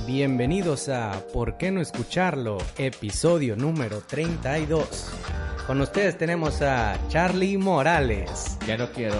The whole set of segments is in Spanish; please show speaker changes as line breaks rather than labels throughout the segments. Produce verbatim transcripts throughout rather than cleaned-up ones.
Bienvenidos a ¿Por qué no escucharlo? Episodio número treinta y dos. Con ustedes tenemos a Charlie Morales.
Ya no quiero.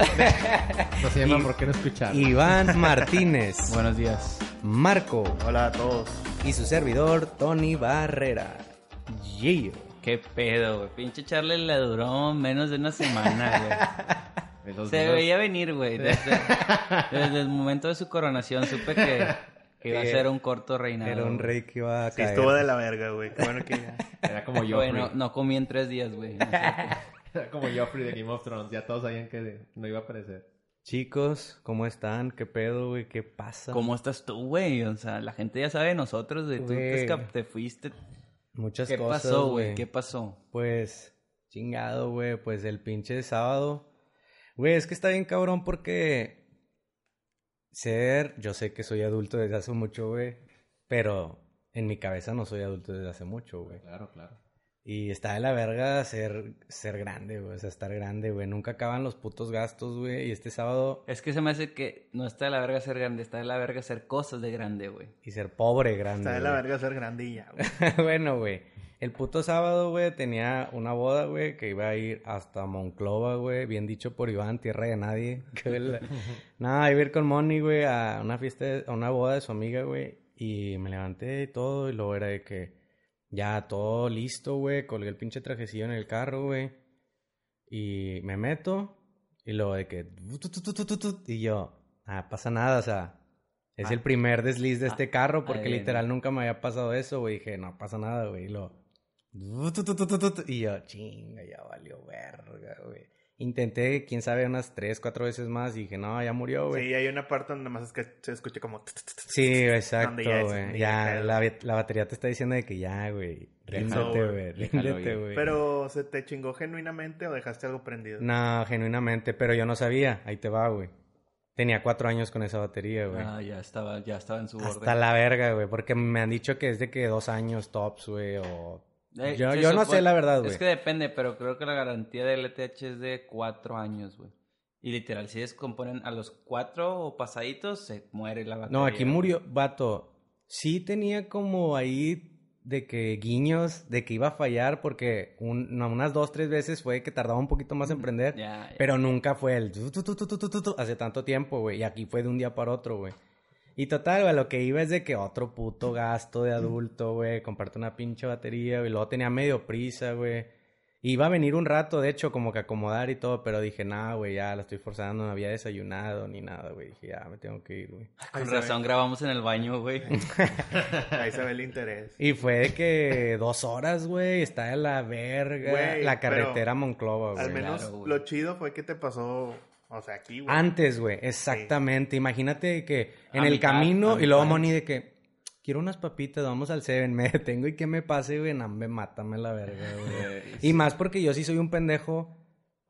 No se llama
Y-
¿Por qué no escucharlo?
Iván Martínez.
Buenos días.
Marco.
Hola a todos.
Y su servidor, Tony Barrera. Yeah.
¿Qué pedo, güey? Pinche Charlie le duró menos de una semana,
De
güey.
los
Se
dedos.
veía venir, güey. Desde, desde el momento de su coronación supe que, que iba a
Que
ser un corto reinado.
Era un
güey.
rey que iba a
Sí,
caer.
estuvo de la verga, güey. Qué bueno que ya.
Era como Joffrey.
Bueno, no comí en tres días, güey. No sé.
Era como Joffrey de Game of Thrones. Ya todos sabían que no iba a aparecer.
Chicos, ¿cómo están? ¿Qué pedo, güey? ¿Qué pasa?
¿Cómo estás tú, güey? O sea, la gente ya sabe de nosotros, de tú
Güey.
te, escap- te fuiste.
Muchas
¿Qué
cosas,
pasó, güey? ¿Qué pasó?
Pues, chingado, güey. Pues el pinche sábado. Güey, es que está bien cabrón porque ser... Yo sé que soy adulto desde hace mucho, güey. Pero en mi cabeza no soy adulto desde hace mucho, güey.
Claro, claro.
Y está de la verga ser, ser grande, güey. O sea, estar grande, güey. Nunca acaban los putos gastos, güey. Y este sábado...
Es que se me hace que no está de la verga ser grande, está de la verga hacer cosas de grande, güey.
Y ser pobre grande,
Está de la
güey.
verga ser grande y ya, güey.
Bueno, güey. El puto sábado, güey, tenía una boda, güey, que iba a ir hasta Monclova, güey. Bien dicho por Iván, tierra de nadie. Que la- Nada, iba a ir con Moni, güey, a una fiesta, de- a una boda de su amiga, güey. Y me levanté y todo, y luego era de que ya todo listo, güey. Colgué el pinche trajecillo en el carro, güey. Y me meto, y luego de que... Y yo, ah, pasa nada, o sea... Es
Ah.
el primer desliz de
Ah,
este carro porque
ahí viene.
literal nunca me había pasado eso, güey. Dije, no pasa nada, güey. Y lo... Y yo, chinga, ya valió verga, güey. Intenté, quién sabe, unas tres, cuatro veces más y dije, no, ya murió, güey.
Sí, hay una parte donde más es que se escucha como...
Sí, exacto,
Donde ya es-
güey.
ya
Ya,
es-
la, la batería te está diciendo de que ya, güey.
Déjalo,
Ríndete,
güey.
güey.
Déjalo
Ríndete,
ir.
güey.
Pero, ¿se te chingó genuinamente o dejaste algo prendido?
No, genuinamente, pero yo no sabía. Ahí te va, güey. Tenía cuatro años con esa batería, güey.
Ah, ya estaba, ya estaba en su borde.
Hasta la verga, güey. Porque me han dicho que es de que dos años tops, güey, o...
Eh,
yo
se
yo no
supone-
sé la verdad, güey.
Es que depende, pero creo que la garantía de L T H es de cuatro años, güey. Y literal, si descomponen a los cuatro o pasaditos, se muere la batería.
No, aquí
güey.
murió, vato. Sí tenía como ahí de que guiños, de que iba a fallar porque un, no, unas dos, tres veces fue que tardaba un poquito más en prender.
Ya, ya.
Pero nunca fue el tu, tu, tu, tu, tu, tu, tu, tu, hace tanto tiempo, güey. Y aquí fue de un día para otro, güey. Y total, güey, lo que iba es de que otro puto gasto de adulto, güey. Comprarte una pinche batería, güey. Luego tenía medio prisa, güey. Iba a venir un rato, de hecho, como que acomodar y todo. Pero dije, nah, güey, ya la estoy forzando. No había desayunado ni nada, güey. Dije, ya, me tengo que ir, güey.
Con
Ahí se
razón grabamos en el baño, güey.
Ahí se ve el interés.
Y fue de que dos horas, güey. Está de la verga.
Güey,
la carretera
pero
Monclova, güey.
Al menos
claro, güey.
lo chido fue que te pasó... O sea, aquí, güey.
Antes, güey, exactamente. Imagínate que en
A
el
mitad,
camino
a
y luego
mitad.
Moni de que quiero unas papitas, vamos al Seven, me detengo y que me pase, güey, no, me mátame la verga, güey. Y más porque yo sí soy un pendejo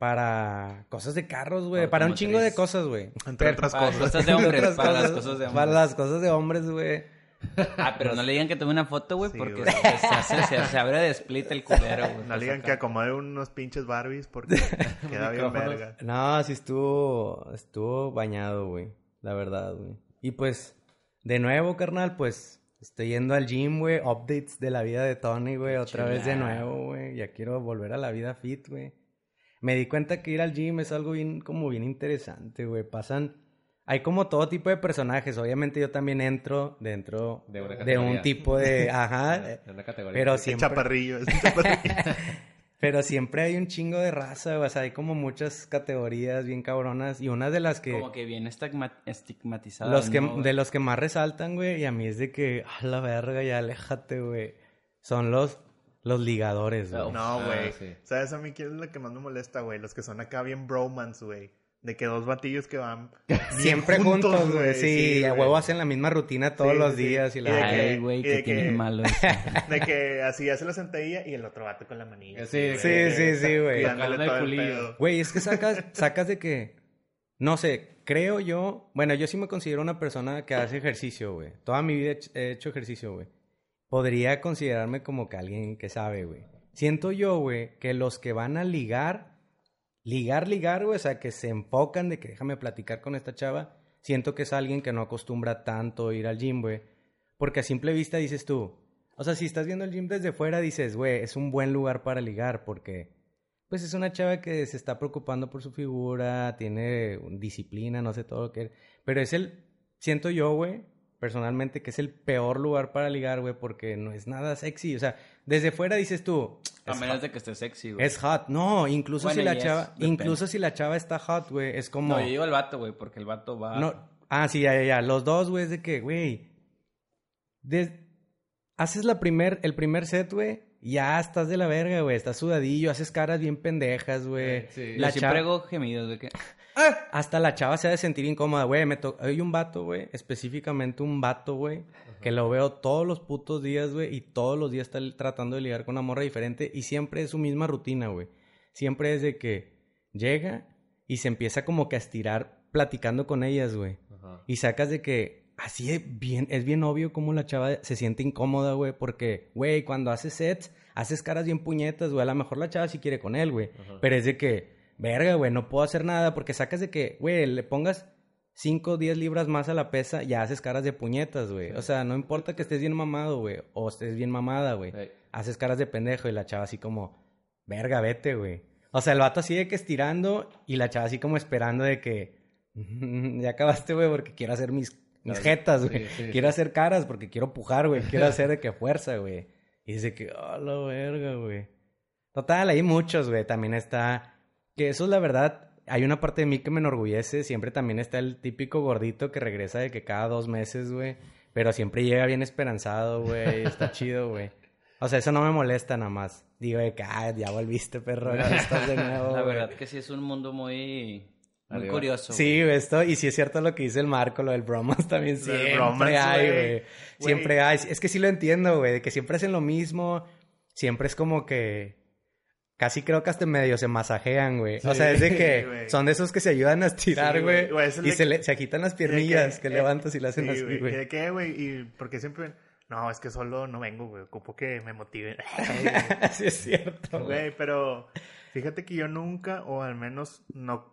para cosas de carros, güey, para un
Automotriz.
chingo de cosas, güey.
Entre otras
Para
cosas.
cosas de hombres,
Otras
para las cosas de
Para
hombres.
las cosas de hombres, güey.
Ah, pero no le digan que tome una foto, güey,
Sí,
porque
güey.
se, se, hace- se, se abre de split el culero, güey.
No le digan que acomode unos pinches Barbies porque queda bien
Micrófonos.
verga.
No, sí estuvo, estuvo bañado, güey, la verdad, güey. Y pues, de nuevo, carnal, pues, estoy yendo al gym, güey, updates de la vida de Tony, güey, otra vez de
Chulada.
nuevo, güey. Ya quiero volver a la vida fit, güey. Me di cuenta que ir al gym es algo bien, como bien interesante, güey. Pasan, hay como todo tipo de personajes. Obviamente yo también entro dentro
De una
de
categoría.
un tipo de, ajá,
En una categoría.
pero
Es
siempre...
chaparrillo, es un chaparrillo.
Pero siempre hay un chingo de raza, güey. O sea, hay como muchas categorías bien cabronas. Y una de las que...
Como que bien estigma- estigmatizado.
los que
¿no,
de los que más resaltan, güey. Y a mí es de que... A la verga, ya aléjate, güey. Son los... Los ligadores, güey.
No,
Ah,
güey.
sí.
¿Sabes a mí quién es lo que más me molesta, güey? Los que son acá bien bromance, güey. De que dos batillos que van bien
Siempre juntos, güey. Sí, a
güey.
huevo hacen la misma rutina todos
Sí,
los
sí.
días. Y
Y
la...
de
Ay,
que-
güey,
y
que
de
tiene
que-
malo eso.
De que así hace la sentadilla y el otro vato con la manilla.
Sí,
güey.
sí,
De
sí,
que
sí, güey.
cuidándole
Tocando el
todo el
culillo.
pedo.
Güey, es que sacas, sacas de que... No sé, creo yo... Bueno, yo sí me considero una persona que hace ejercicio, güey. Toda mi vida he hecho- he hecho ejercicio, güey. Podría considerarme como que alguien que sabe, güey. Siento yo, güey, que los que van a ligar... Ligar, ligar, güey. O sea, que se enfocan de que déjame platicar con esta chava. Siento que es alguien que no acostumbra tanto ir al gym, güey. Porque a simple vista dices tú, o sea, si estás viendo el gym desde fuera, dices, güey, es un buen lugar para ligar porque, pues, es una chava que se está preocupando por su figura, tiene disciplina, no sé todo lo que... Pero es el, siento yo, güey, personalmente, que es el peor lugar para ligar, güey, porque no es nada sexy. O sea, desde fuera dices tú...
A menos
hot.
de que esté sexy, güey.
Es hot. No, incluso
Bueno,
si la
y es,
chava...
depende.
Incluso si la chava está hot, güey, es como...
No, yo digo el vato, güey, porque el vato va...
No, ah, sí, ya, ya, ya. Los dos, güey, es de que, güey... des- Haces la primer, el primer set, güey, ya estás de la verga, güey. Estás sudadillo, haces caras bien pendejas, güey.
Sí.
Yo
La
siempre
chava...
hago gemidos de que...
Hasta la chava se ha de sentir incómoda, güey. Me to... Hay un vato, güey, específicamente un vato, güey, que lo veo todos los putos días, güey, y todos los días está tratando de ligar con una morra diferente y siempre es su misma rutina, güey. Siempre es de que llega y se empieza como que a estirar platicando con ellas, güey.
Ajá.
Y sacas de que así es bien, es bien obvio cómo la chava se siente incómoda, güey, porque, güey, cuando haces sets, haces caras bien puñetas, güey. A lo mejor la chava sí quiere con él, güey,
Ajá.
pero es de que... Verga, güey, no puedo hacer nada porque sacas de que, güey, le pongas cinco o diez libras más a la pesa, ya haces caras de puñetas, güey. O sea, no importa que estés bien mamado, güey, o estés bien mamada, güey.
Sí.
Haces caras de pendejo y la chava así como, verga, vete, güey. O sea, el vato así de que estirando y la chava así como esperando de que, ya acabaste, güey, porque quiero hacer mis, mis
Claro.
jetas, güey.
Sí, sí,
quiero
sí.
hacer caras porque quiero pujar, güey. Quiero hacer de que fuerza, güey. Y dice que, oh, la verga, güey. Total, hay muchos, güey. También está... Que eso es la verdad, hay una parte de mí que me enorgullece, siempre también está el típico gordito que regresa de que cada dos meses, güey, pero siempre llega bien esperanzado, güey, está chido, güey. O sea, eso no me molesta nada más. Digo de que, ah, ya volviste, perro, ya estás de nuevo,
La
güey.
verdad que sí es un mundo muy... Muy
Arriba.
curioso,
Sí, güey, esto, y sí es cierto lo que dice el Marco, lo del bromance también
Lo del
siempre
bromance,
hay,
güey.
güey. Siempre hay, es que sí lo entiendo, güey, de que siempre hacen lo mismo, siempre es como que... Casi creo que hasta medio se masajean, güey. O sea, es de que
güey.
son de esos que se ayudan a estirar,
Sí,
güey.
güey. Güey, es el
y
de
se,
que-
le, se agitan las
De
piernillas que,
eh,
levantas y le hacen
sí,
así,
güey.
güey.
¿De qué, güey? Y porque siempre... No, es que solo no vengo, güey. Ocupo que me motiven.
Sí, es cierto, güey.
Güey, pero fíjate que yo nunca, o al menos no,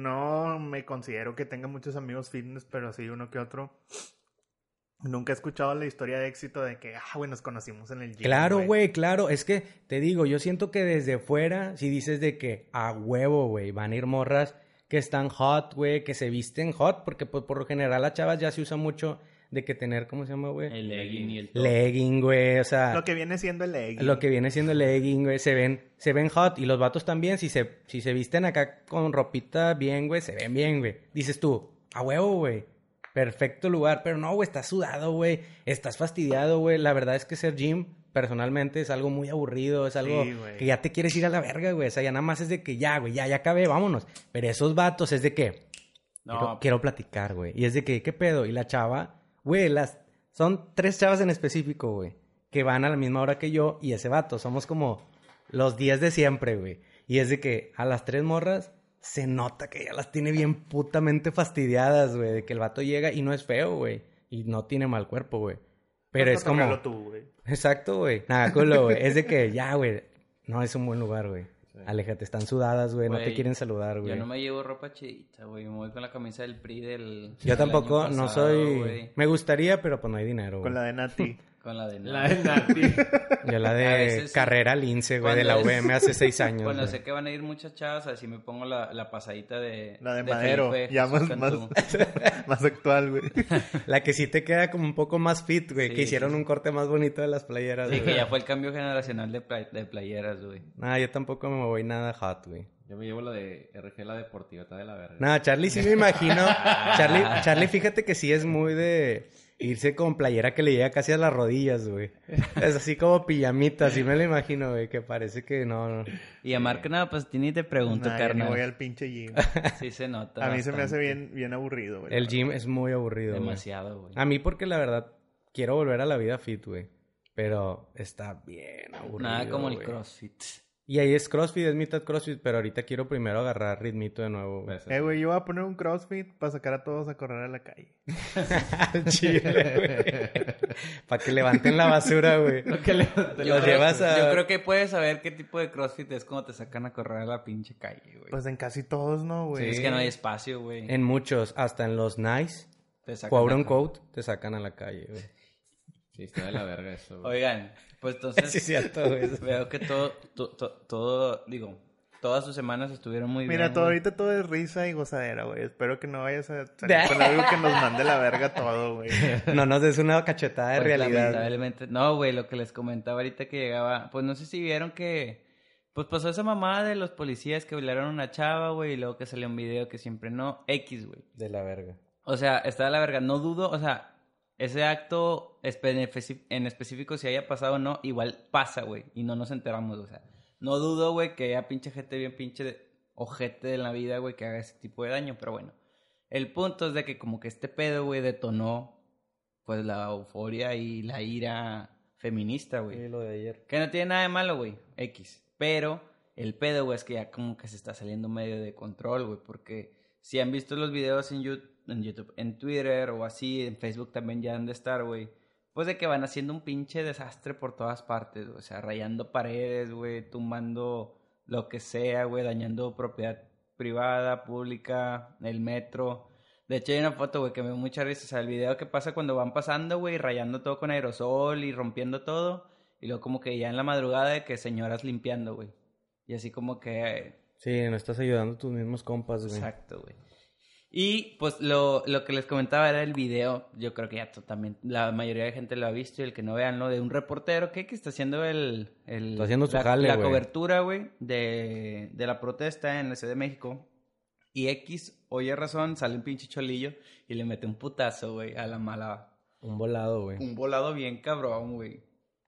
no me considero que tenga muchos amigos fitness, pero sí uno que otro. Nunca he escuchado la historia de éxito de que, ah, güey, nos conocimos en el gym.
Claro, güey, claro. Es que, te digo, yo siento que desde fuera, si dices de que a huevo, güey, van a ir morras que están hot, güey, que se visten hot, porque pues, por lo general las chavas ya se usa mucho de que tener, ¿cómo se llama, güey?
El legging y el top.
Legging, güey, o sea...
Lo que viene siendo el legging.
Lo que viene siendo el legging, güey, se ven, se ven hot. Y los vatos también, si se, si se visten acá con ropita bien, güey, se ven bien, güey. Dices tú, a huevo, güey. Perfecto lugar. Pero no, güey, estás sudado, güey. Estás fastidiado, güey. La verdad es que ser gym, personalmente, es algo muy aburrido. Es algo
Sí, güey.
que ya te quieres ir a la verga, güey. O sea, ya nada más es de que ya, güey, ya, ya acabé, vámonos. Pero esos vatos es de que...
No,
Quiero, quiero platicar, güey. Y es de que, ¿qué pedo? Y la chava, güey, las... Son tres chavas en específico, güey, que van a la misma hora que yo y ese vato. Somos como los diez de siempre, güey. Y es de que a las tres morras se nota que ya las tiene bien putamente fastidiadas, güey. De que el vato llega y no es feo, güey. Y no tiene mal cuerpo, güey. Pero
Vas a
es como...
tocarlo tú, güey.
Exacto, güey. Nada, culo, güey. Es de que ya, güey. No es un buen lugar, güey. Aléjate, están sudadas, güey. No te
Güey,
quieren saludar,
Yo
güey.
no me llevo ropa chidita, güey. Me voy con la camisa del P R I del...
Yo
del
tampoco,
año
no
pasado,
soy...
güey.
Me gustaría, pero pues no hay dinero,
Con
güey.
la de Nati.
Con la de...
La de Nati.
Yo la
A
de
veces sí.
carrera Lince, güey, de
Cuando
la
es-
U V M hace seis años.
Cuando
güey.
sé que van a ir muchas chavas, así me pongo la, la pasadita de...
La de Madero.
Felipe
Ya
Jesús
más, más,
Cantú.
más actual, güey.
La que sí te queda como un poco más fit, güey.
Sí,
que hicieron
sí, sí.
un corte más bonito de las playeras,
Sí,
güey.
que ya fue el cambio generacional de, play- de playeras, güey.
Nah, yo tampoco me voy nada hot, güey.
Yo me llevo la de R G, la deportiva, está de la verga.
Nah, Charlie sí me imagino. Charlie, Charlie, fíjate que sí es muy de irse con playera que le llega casi a las rodillas, güey. Es así como pijamita, así me lo imagino, güey. Que parece que no, no.
Y a Marco, nada, pues ni te pregunto,
Nah, yo ni
carnal.
voy al pinche gym.
Sí se nota.
A mí se me hace
bastante.
bien, bien aburrido, güey.
El gym es muy aburrido, güey.
Demasiado, güey.
A mí porque la verdad quiero volver a la vida fit, güey. Pero está bien aburrido,
Nada como el
güey.
CrossFit.
Y ahí es CrossFit, es mitad CrossFit, pero ahorita quiero primero agarrar ritmito de nuevo, güey.
Pues,
Eh, güey, yo voy a poner un CrossFit para sacar a todos a correr a la calle.
Al chile, güey. Para que levanten la basura, güey.
que le-
Te
Yo
los
creo-
llevas a...
Yo creo que puedes saber qué tipo de CrossFit es cuando te sacan a correr a la pinche calle, güey.
Pues en casi todos, ¿no, güey?
Es que no hay espacio, güey.
En muchos, hasta en los nice,
Te sacan
quote
a-
unquote, te sacan a la calle, güey.
Sí, está de la verga eso, güey.
Oigan, pues entonces
Sí, es cierto, güey.
veo que todo, to- to- todo, digo, todas sus semanas estuvieron muy
Mira,
bien.
todo
güey.
ahorita todo es risa y gozadera, güey. Espero que no vayas a salir con algo que nos mande la verga todo, güey.
No nos des una cachetada de
Pues,
realidad.
lamentablemente. No, güey, lo que les comentaba ahorita que llegaba. Pues no sé si vieron que. Pues pasó esa mamada de los policías que violaron a una chava, güey, y luego que salió un video que siempre no. X, güey.
De la verga.
O sea, está de la verga. No dudo, o sea, ese acto espe- en específico, si haya pasado o no, igual pasa, güey, y no nos enteramos, o sea. No dudo, güey, que haya pinche gente bien pinche de- ojete en la vida, güey, que haga ese tipo de daño, pero bueno. El punto es de que como que este pedo, güey, detonó, pues, la euforia y la ira feminista, güey.
Sí, lo de ayer.
Que no tiene nada de malo, güey, X. Pero el pedo, güey, es que ya como que se está saliendo medio de control, güey, porque si han visto los videos en YouTube, en YouTube, en Twitter o así, en Facebook también ya han de estar, güey, pues de que van haciendo un pinche desastre por todas partes, güey. O sea, rayando paredes, güey, tumbando lo que sea, güey, dañando propiedad privada, pública, el metro. De hecho, hay una foto, güey, que me dio mucha risa. O sea, el video que pasa cuando van pasando, güey, rayando todo con aerosol y rompiendo todo. Y luego como que ya en la madrugada de que señoras limpiando, güey. Y así como que...
Sí, no estás ayudando a tus mismos compas, güey.
Exacto, güey. Y pues lo, lo que les comentaba era el video. Yo creo que ya tú también, la mayoría de gente lo ha visto. Y el que no vean, ¿no? De un reportero que, que está haciendo el... el
Está haciendo su
la,
jale,
la
güey.
cobertura, güey, de, de la protesta en la Ciudad de México. Y X, oye razón, sale un pinche cholillo y le mete un putazo, güey, a la mala.
Un volado, güey.
Un volado bien cabrón, güey.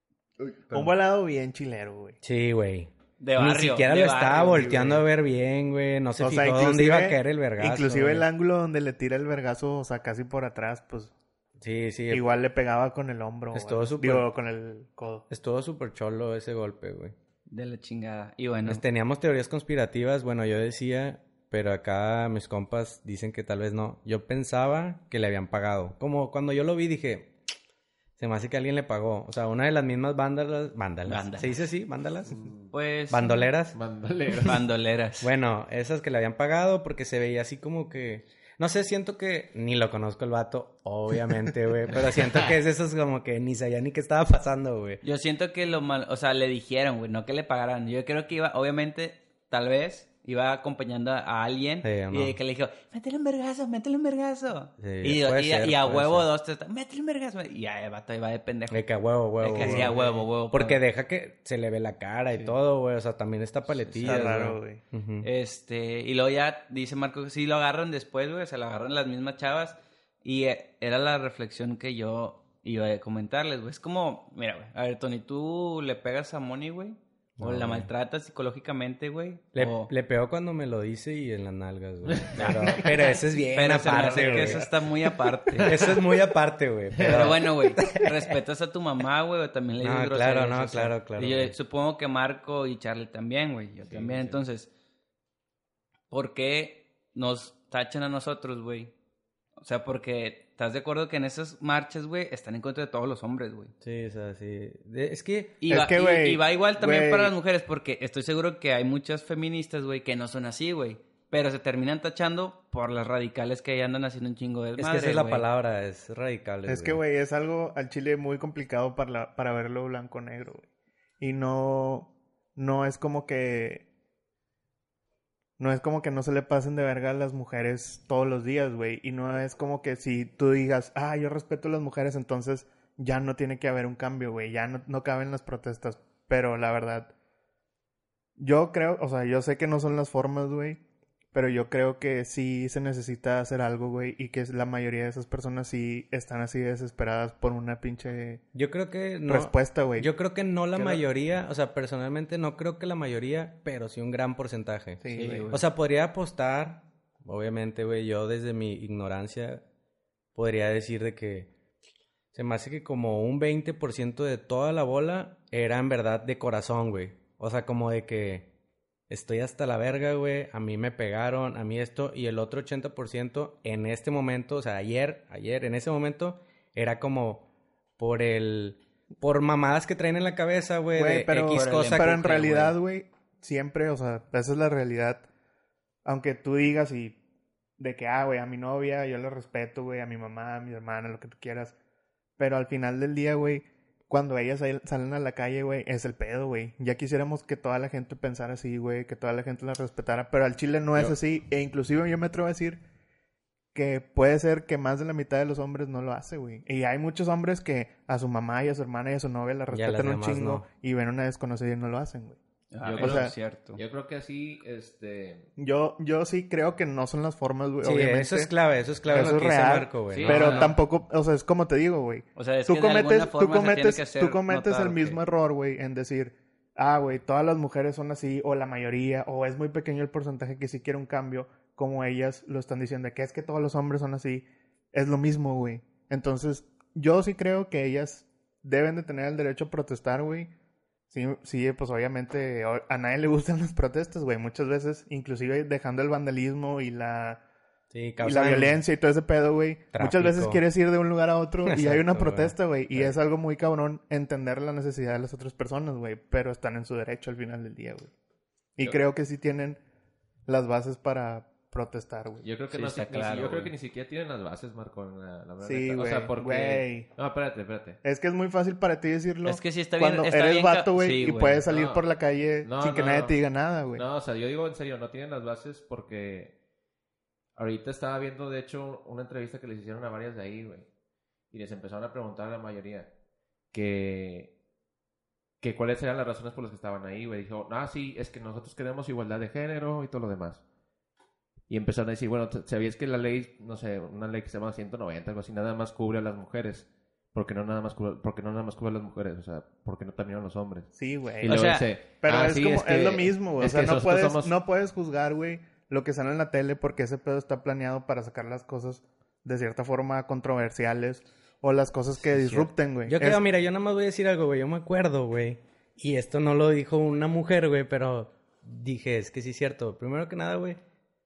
Un volado bien chilero, güey.
Sí, güey.
De
Ni
barrio,
siquiera
de
lo
barrio,
estaba
sí,
volteando
güey.
a ver bien, güey. No se
O
fijó
sea,
dónde iba a
inclusive-
caer el vergazo.
Inclusive
güey.
el ángulo donde le tira el vergazo, o sea, casi por atrás, pues
Sí, sí.
igual le pegaba con el hombro.
Estuvo
güey.
súper-
Digo, con el codo.
Estuvo súper cholo ese golpe, güey.
De la chingada. Y bueno,
Pues teníamos teorías conspirativas. Bueno, yo decía, pero acá mis compas dicen que tal vez no. Yo pensaba que le habían pagado. Como cuando yo lo vi dije, se me hace que alguien le pagó. O sea, una de las mismas vándalas. Vándalas.
Vándalas.
¿Se dice así? ¿Vándalas?
pues...
¿Bandoleras?
Bandoleros.
Bandoleras.
Bueno, esas que le habían pagado porque se veía así como que... No sé, siento que... Ni lo conozco el vato, obviamente, güey. Pero siento que es esos como que ni sabía ni qué estaba pasando, güey.
Yo siento que lo mal... O sea, le dijeron, güey, no que le pagaran. Yo creo que iba, obviamente, tal vez... Iba acompañando a, a alguien
Sí, ¿o no?
y que le dijo, métele un vergazo, métele un vergazo.
Sí,
y,
puede
y-
ser,
y a
puede
huevo
ser.
dos, tres, métele un vergazo. Y ya el vato iba de pendejo.
De que a huevo, huevo,
De que
huevo.
sí, a huevo, huevo.
Porque
pues.
deja que se le ve la cara y todo, güey. O sea, también está paletilla.
Está raro, güey.
Ujú.
Este, y luego ya dice Marco que sí lo agarran después, güey, se lo agarran las mismas chavas. Y eh, era la reflexión que yo iba a comentarles, güey. Es como, mira, güey, a ver, Tony, ¿tú le pegas a Moni, güey? ¿O
No,
la
güey.
maltratas psicológicamente, güey?
Le,
O-
le pegó cuando me lo dice y en las nalgas, güey. Pero, pero eso es bien
Pero se me hace
aparte,
que
güey.
eso está muy aparte.
Eso es muy aparte, güey. Pero,
Pero bueno, güey, ¿respetas a tu mamá, güey? O también le dices
No,
groserías,
claro, no,
o sea,
claro, claro,
Y yo
güey.
supongo que Marco y Charlie también, güey. Yo
Sí,
también.
sí.
Entonces, ¿por qué nos tachan a nosotros, güey? O sea, porque ¿estás de acuerdo que en esas marchas, güey, están en contra de todos los hombres, güey?
Sí, o sea, sí. De- es que...
Y,
Es
va,
que,
y-
güey,
y va igual también
güey.
para las mujeres, porque estoy seguro que hay muchas feministas, güey, que no son así, güey. Pero se terminan tachando por las radicales que ahí andan haciendo un chingo de
Es
desmadre,
que esa es la
güey.
palabra, es radical.
Es que, güey, es algo al chile muy complicado para, la- para verlo blanco-negro, güey. Y no, no es como que... No es como que no se le pasen de verga a las mujeres todos los días, güey. Y no es como que si tú digas, ah, yo respeto a las mujeres, entonces ya no tiene que haber un cambio, güey. Ya no, no caben las protestas. Pero la verdad, yo creo, o sea, yo sé que no son las formas, güey. Pero yo creo que sí se necesita hacer algo, güey. Y que la mayoría de esas personas sí están así desesperadas por una pinche
Yo creo que no...
respuesta, güey.
Yo creo que no la
Que la-
mayoría, o sea, personalmente no creo que la mayoría, pero sí un gran porcentaje.
Sí,
Sí,
güey.
güey.
O sea, podría apostar, obviamente, güey, yo desde mi ignorancia podría decir de que se me hace que como un veinte por ciento de toda la bola era en verdad de corazón, güey. O sea, como de que estoy hasta la verga, güey, a mí me pegaron, a mí esto, y el otro ochenta por ciento en este momento, o sea, ayer, ayer, en ese momento, era como por el... Por mamadas que traen en la cabeza, güey,
Güey,
de
pero,
X
por el
cosa.
pero
que-
en realidad, güey, siempre, o sea, esa es la realidad. Aunque tú digas y de que, ah, güey, a mi novia yo la respeto, güey, a mi mamá, a mi hermana, lo que tú quieras. Pero al final del día, güey, cuando ellas sal- salen a la calle, güey, es el pedo, güey. Ya quisiéramos que toda la gente pensara así, güey, que toda la gente las respetara, pero al chile no es
Yo-
así. E inclusive yo me atrevo a decir que puede ser que más de la mitad de los hombres no lo hace, güey. Y hay muchos hombres que a su mamá y a su hermana y a su novia la
Y a las
respetan un
demás
chingo
no.
y ven a una desconocida y no lo hacen, güey.
Ah,
Yo
eso
creo-
es cierto.
Yo creo que así, este...
Yo, yo sí creo que no son las formas, güey,
Sí,
obviamente.
eso es clave, eso es clave
Eso
lo
es
que dice
real,
Marco, güey.
sí,
No,
Pero
no, no.
tampoco, o sea, es como te digo, güey.
O sea, es
Tú
que de alguna
cometes, tú
forma se tiene
cometes,
que hacer
tú cometes
notar,
el
ok.
mismo error, güey, en decir, ah, güey, todas las mujeres son así, o la mayoría, o es muy pequeño el porcentaje que sí quiere un cambio, como ellas lo están diciendo, que es que todos los hombres son así. Es lo mismo, güey. Entonces, yo sí creo que ellas deben de tener el derecho a protestar, güey. Sí, sí, pues obviamente o- a nadie le gustan las protestas, güey. Muchas veces, inclusive dejando el vandalismo y la,
Sí,
y la
causan-
violencia y todo ese pedo, güey.
Tráfico.
Muchas veces quieres ir de un lugar a otro y hay una
Exacto,
protesta, güey. Y
Sí.
es algo muy cabrón entender la necesidad de las otras personas, güey. Pero están en su derecho al final del día, güey. Y
Yo-
creo que sí tienen las bases para protestar, güey.
Yo creo que
Sí,
no
está
ni si-
claro,
yo creo
güey.
que ni siquiera tienen las bases, Marco, en la, la verdad.
Sí,
neta. O
güey,
sea, porque...
güey.
No, espérate, espérate.
Es que es muy fácil para ti decirlo
Es que sí está bien-
cuando
está
eres
bien ca-
vato, güey,
sí,
y
güey.
puedes salir
No.
por la calle
No,
sin que
no,
nadie
no.
te diga nada, güey.
No, o sea, yo digo en serio, no tienen las bases porque ahorita estaba viendo, de hecho, una entrevista que les hicieron a varias de ahí, güey. Y les empezaron a preguntar a la mayoría que, que cuáles eran las razones por las que estaban ahí, güey. Dijo, ah, sí, es que nosotros queremos igualdad de género y todo lo demás. Y empezaron a decir, bueno, t- ¿sabías que la ley, no sé, una ley que se llama ciento noventa, algo así, nada más cubre a las mujeres? Porque no nada más cubre, porque no nada más cubre a las mujeres, o sea, porque no también a los hombres.
Sí, güey.
Y
O
luego
sea,
dice,
Pero
"Ah,
es
sí,
como, es,
que-
lo mismo, güey. O
es
sea,
que
no
nosotros
puedes,
somos-
no puedes juzgar, güey, lo que sale en la tele porque ese pedo está planeado para sacar las cosas de cierta forma controversiales o las cosas que disrupten, güey.
Yo
Es-
creo, mira, yo nada más voy a decir algo, güey. Yo me acuerdo, güey. Y esto no lo dijo una mujer, güey, pero dije, es que sí es cierto. Primero que nada, güey,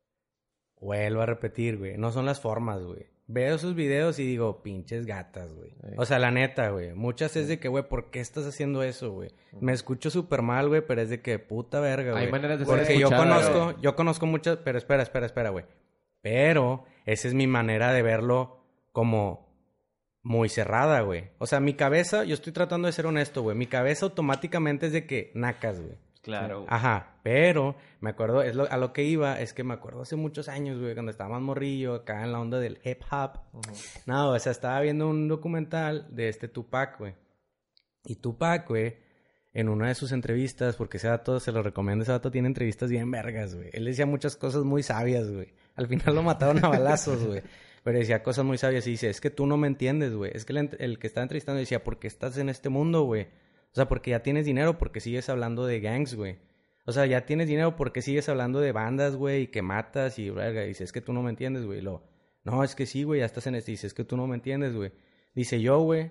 vuelvo a repetir, güey. No son las formas, güey. Veo sus videos y digo, pinches gatas, güey.
Sí.
O sea, la neta, güey. Muchas es de que, güey, ¿por qué estás haciendo eso, güey? Me escucho súper mal, güey, pero es de que puta verga, güey.
Hay maneras de ser
Porque yo
escuchada,
conozco,
güey.
yo conozco muchas, pero espera, espera, espera, güey. Pero esa es mi manera de verlo como muy cerrada, güey. O sea, mi cabeza, yo estoy tratando de ser honesto, güey. Mi cabeza automáticamente es de que nacas, güey.
Claro, güey.
Ajá, pero me acuerdo, es lo- a lo que iba, es que me acuerdo hace muchos años, güey, cuando estaba más morrillo, acá en la onda del hip hop. No, o sea, estaba viendo un documental de este Tupac, güey. Y Tupac, güey, en una de sus entrevistas, porque ese dato, se lo recomiendo, ese dato tiene entrevistas bien vergas, güey. Él decía muchas cosas muy sabias, güey. Al final lo mataron a balazos, güey. Pero decía cosas muy sabias y dice, es que tú no me entiendes, güey. Es que el, ent- el que estaba entrevistando decía, ¿por qué estás en este mundo, güey? O sea, porque ya tienes dinero, porque sigues hablando de gangs, güey. O sea, ya tienes dinero, porque sigues hablando de bandas, güey, y que matas y verga. Y dice, es que tú no me entiendes, güey. Lo, no, es que sí, güey, ya estás en este. Dice, es que tú no me entiendes, güey. Dice, yo, güey,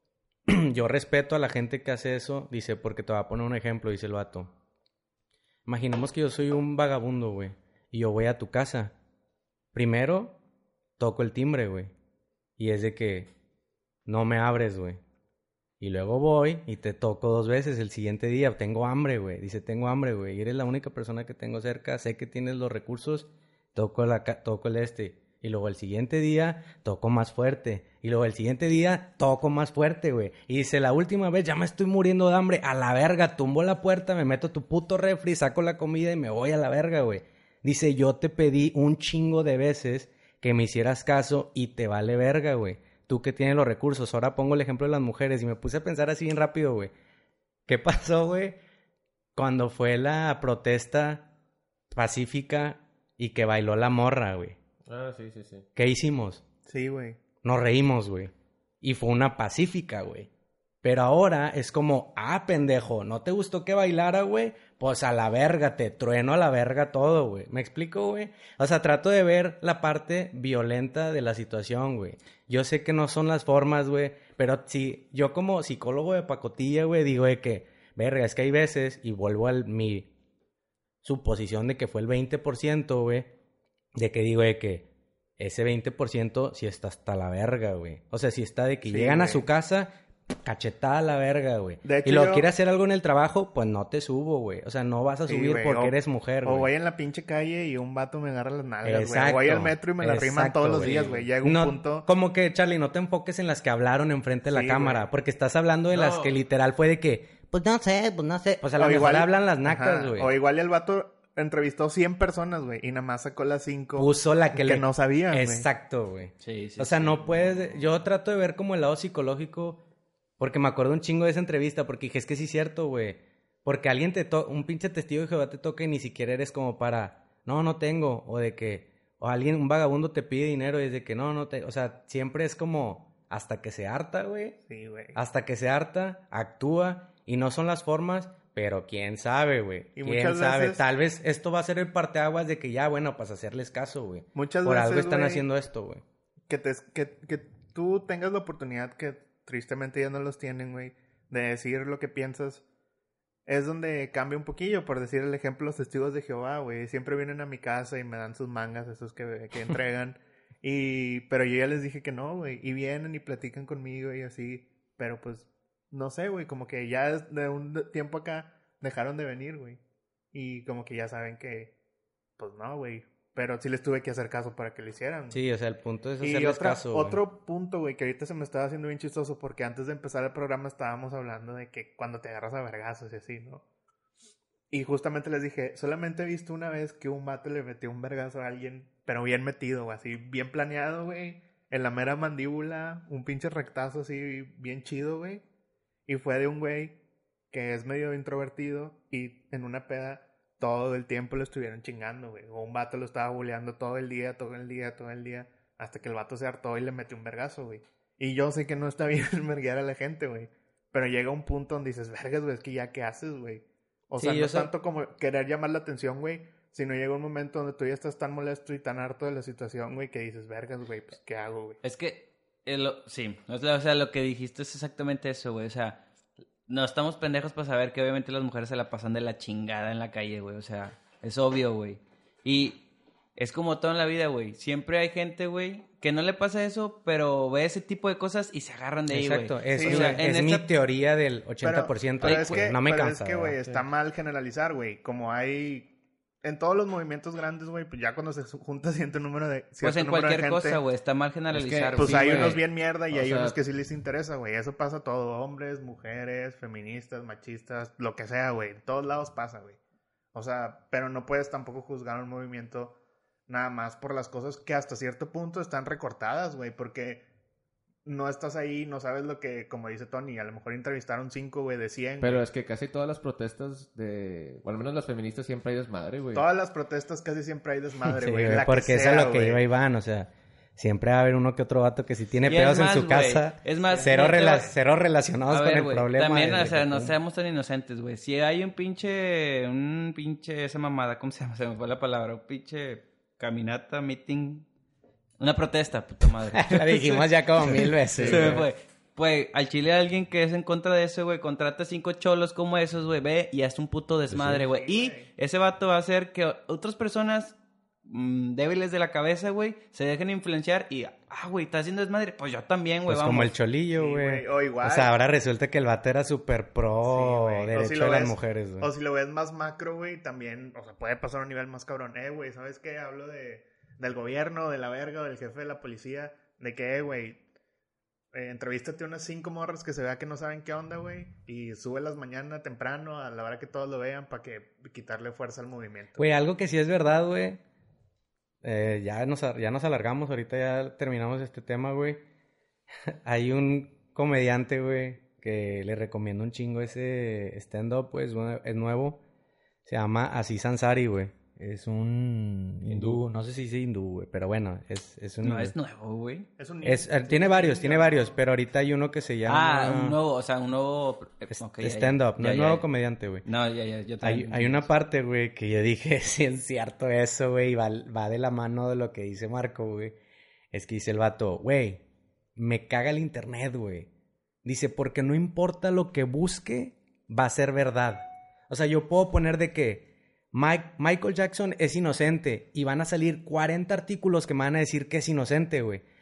yo respeto a la gente que hace eso. Dice, porque te voy a poner un ejemplo, dice el vato. Imaginemos que yo soy un vagabundo, güey, y yo voy a tu casa. Primero, toco el timbre, güey. Y es de que no me abres, güey. Y luego voy y te toco dos veces el siguiente día. Tengo hambre, güey. Dice, tengo hambre, güey. Y eres la única persona que tengo cerca. Sé que tienes los recursos. Toco, la, ca- toco el este. Y luego el siguiente día toco más fuerte. Y luego el siguiente día toco más fuerte, güey. Y dice, la última vez ya me estoy muriendo de hambre. A la verga, tumbo la puerta, me meto a tu puto refri, saco la comida y me voy a la verga, güey. Dice, yo te pedí un chingo de veces que me hicieras caso y te vale verga, güey. Tú que tienes los recursos. Ahora pongo el ejemplo de las mujeres y me puse a pensar así bien rápido, güey. ¿Qué pasó, güey? Cuando fue la protesta pacífica y que bailó la morra, güey.
Ah, sí, sí, sí.
¿Qué hicimos?
Sí, güey.
Nos reímos, güey. Y fue una pacífica, güey. Pero ahora es como, ah, pendejo, ¿no te gustó que bailara, güey? Pues a la verga, te trueno a la verga todo, güey. ¿Me explico, güey? O sea, trato de ver la parte violenta de la situación, güey. Yo sé que no son las formas, güey, pero si yo como psicólogo de pacotilla, güey, digo de que, verga, es que hay veces, y vuelvo a mi suposición de que fue el veinte por ciento, güey, de que digo de que ese veinte por ciento sí está hasta la verga, güey. O sea, si está de que
Sí,
llegan a
güey.
su casa, cachetada a la verga, güey.
De hecho,
y lo
yo-
quiere hacer algo en el trabajo, pues no te subo, güey. O sea, no vas a
Sí,
subir
güey,
porque
o-
eres mujer,
O
güey.
voy en la pinche calle y un vato me agarra las nalgas, güey.
Exacto,
O voy al metro y me la riman
exacto,
todos los
güey.
días, güey. Llega un
No,
punto...
Como que, Charlie, no te enfoques en las que hablaron enfrente de la
Sí,
cámara.
güey.
Porque estás hablando de las
No.
que literal fue de que, pues no sé, pues no sé. Pues a lo
o
mejor
igual-
hablan las nacas,
Ajá,
güey.
O igual el vato entrevistó cien personas, güey. Y nada más sacó las cinco
Puso la que,
que
le...
no sabían, güey.
Exacto, güey.
Sí, sí.
O sea,
sí.
no puedes... Yo trato de ver como el lado psicológico... Porque me acuerdo un chingo de esa entrevista. Porque dije, es que sí es cierto, güey. Porque alguien te toca... Un pinche testigo de Jehová te toca y ni siquiera eres como para... No, no tengo. O de que... O alguien, un vagabundo te pide dinero y es de que no, no te... O sea, siempre es como... Hasta que se harta, güey.
Sí, güey.
Hasta que se harta, actúa. Y no son las formas... Pero quién sabe, güey.
Y
¿Quién
muchas
sabe?
veces-
Tal vez esto va a ser el parteaguas de que ya, bueno, pues hacerles caso, güey.
Muchas
Por
veces,
algo están
güey,
haciendo esto, güey.
Que, te, que, que tú tengas la oportunidad, que tristemente ya no los tienen, güey, de decir lo que piensas, es donde cambia un poquillo. Por decir el ejemplo, los testigos de Jehová, güey, siempre vienen a mi casa y me dan sus mangas, esos que, que entregan. y Pero yo ya les dije que no, güey, y vienen y platican conmigo y así. Pero pues, no sé, güey, como que ya de un tiempo acá dejaron de venir, güey. Y como que ya saben que, pues no, güey. Pero sí les tuve que hacer caso para que lo hicieran.
Sí, o sea, el punto es
Y
hacerles
otra,
caso, güey.
otro punto, güey, que ahorita se me estaba haciendo bien chistoso porque antes de empezar el programa estábamos hablando de que cuando te agarras a vergazos y así, ¿no? Y justamente les dije, solamente he visto una vez que un vato le metió un vergazo a alguien, pero bien metido, güey, así, bien planeado, güey, en la mera mandíbula, un pinche rectazo así, bien chido, güey. Y fue de un güey que es medio introvertido y en una peda todo el tiempo lo estuvieron chingando, güey. O un vato lo estaba bulleando todo el día, todo el día, todo el día, hasta que el vato se hartó y le metió un vergazo, güey. Y yo sé que no está bien verguear a la gente, güey. Pero llega un punto donde dices, vergas, güey, es que ya, ¿qué haces, güey? O
Sí,
sea, no
yo
es
sé-
tanto como querer llamar la atención, güey, sino llega un momento donde tú ya estás tan molesto y tan harto de la situación, güey, que dices, vergas, güey, pues, ¿qué hago, güey?
Es que, el- sí, o sea, o sea, lo que dijiste es exactamente eso, güey. O sea, no estamos pendejos para saber que obviamente las mujeres se la pasan de la chingada en la calle, güey. O sea, es obvio, güey. Y es como todo en la vida, güey. Siempre hay gente, güey, que no le pasa eso, pero ve ese tipo de cosas y se agarran de ahí, güey.
Exacto, es,
Sí,
o sea,
güey.
es
en
mi
esta-
teoría del ochenta por ciento.
Pero, pero
Ay,
es
güey,
que,
no me
pero
cansa.
es que, güey,
¿verdad?
está mal generalizar, güey. Como hay... En todos los movimientos grandes, güey, pues ya cuando se junta cierto número de cierto
Pues en
número de
cualquier
gente,
cosa, güey. Está mal generalizar,
pues
Sí,
hay
güey.
unos bien mierda y
O
hay
sea-
unos que sí les interesa, güey. Eso pasa todo. Hombres, mujeres, feministas, machistas, lo que sea, güey. En todos lados pasa, güey. O sea, pero no puedes tampoco juzgar un movimiento nada más por las cosas que hasta cierto punto están recortadas, güey. Porque no estás ahí, no sabes lo que, como dice Tony, a lo mejor entrevistaron cinco, güey, de cien.
Pero
güey.
es que casi todas las protestas de... O al menos las feministas siempre hay desmadre, güey.
Todas las protestas casi siempre hay desmadre,
Sí,
güey.
güey,
la que
porque eso
sea,
es lo que
güey.
iba Iván, o sea, siempre va a haber uno que otro vato que si tiene
Y es
pedos
más,
en su
güey,
casa,
es más,
cero,
neta,
rela- cero relacionados
A
con
ver,
el
güey,
problema.
también,
desde
o sea,
que
no
pum.
seamos tan inocentes, güey. Si hay un pinche, un pinche, esa mamada, ¿cómo se llama? Se me fue la palabra. Un pinche caminata, meeting, una protesta, puta madre.
La dijimos ya como mil veces.
Se me
güey.
fue. Pues, al chile alguien que es en contra de eso, güey, contrata cinco cholos como esos, güey, ve y hace un puto desmadre, güey.
Sí,
Y
güey.
ese vato va a hacer que otras personas mm, débiles de la cabeza, güey, se dejen influenciar y, ah, güey, está haciendo desmadre. Pues yo también, güey,
Pues
vamos.
como el cholillo,
Sí,
güey.
güey, o igual.
sea, ahora resulta que el vato era súper
Sí,
pro
güey. O
derecho
si lo
de las
ves-
mujeres, güey.
O si lo ves más macro, güey, también, o sea, puede pasar a un nivel más cabrón. Eh, güey, ¿sabes qué? Hablo de, del gobierno, de la verga, o del jefe de la policía, de que, eh, güey, eh, entrevístate a unas cinco morras que se vea que no saben qué onda, güey, y súbelas mañana temprano, a la hora que todos lo vean, para que quitarle fuerza al movimiento.
Güey, algo que sí es verdad, güey. Eh, ya, nos, ya nos alargamos, ahorita ya terminamos este tema, güey. Hay un comediante, güey, que le recomiendo un chingo ese stand-up, pues, bueno, es nuevo. Se llama Aziz Ansari, güey. Es un hindú, no sé si es hindú, güey, pero bueno, es, es un...
No es nuevo, güey.
Es un
es, eh, tiene varios, tiene varios, pero ahorita hay uno que se llama...
Ah, un nuevo, o sea, un nuevo...
es-
ok, ya, ya.
stand-up, no
Ya,
es
ya,
nuevo
ya.
comediante, güey.
No, ya, ya, yo
Hay,
también.
hay una parte, güey, que yo dije, sí es cierto eso, güey, y va, va de la mano de lo que dice Marco, güey. Es que dice el vato, güey, me caga el internet, güey. Dice, porque no importa lo que busque, va a ser verdad. O sea, yo puedo poner de que Mike, Michael Jackson es inocente y van a salir cuarenta artículos que me van a decir que es inocente, güey.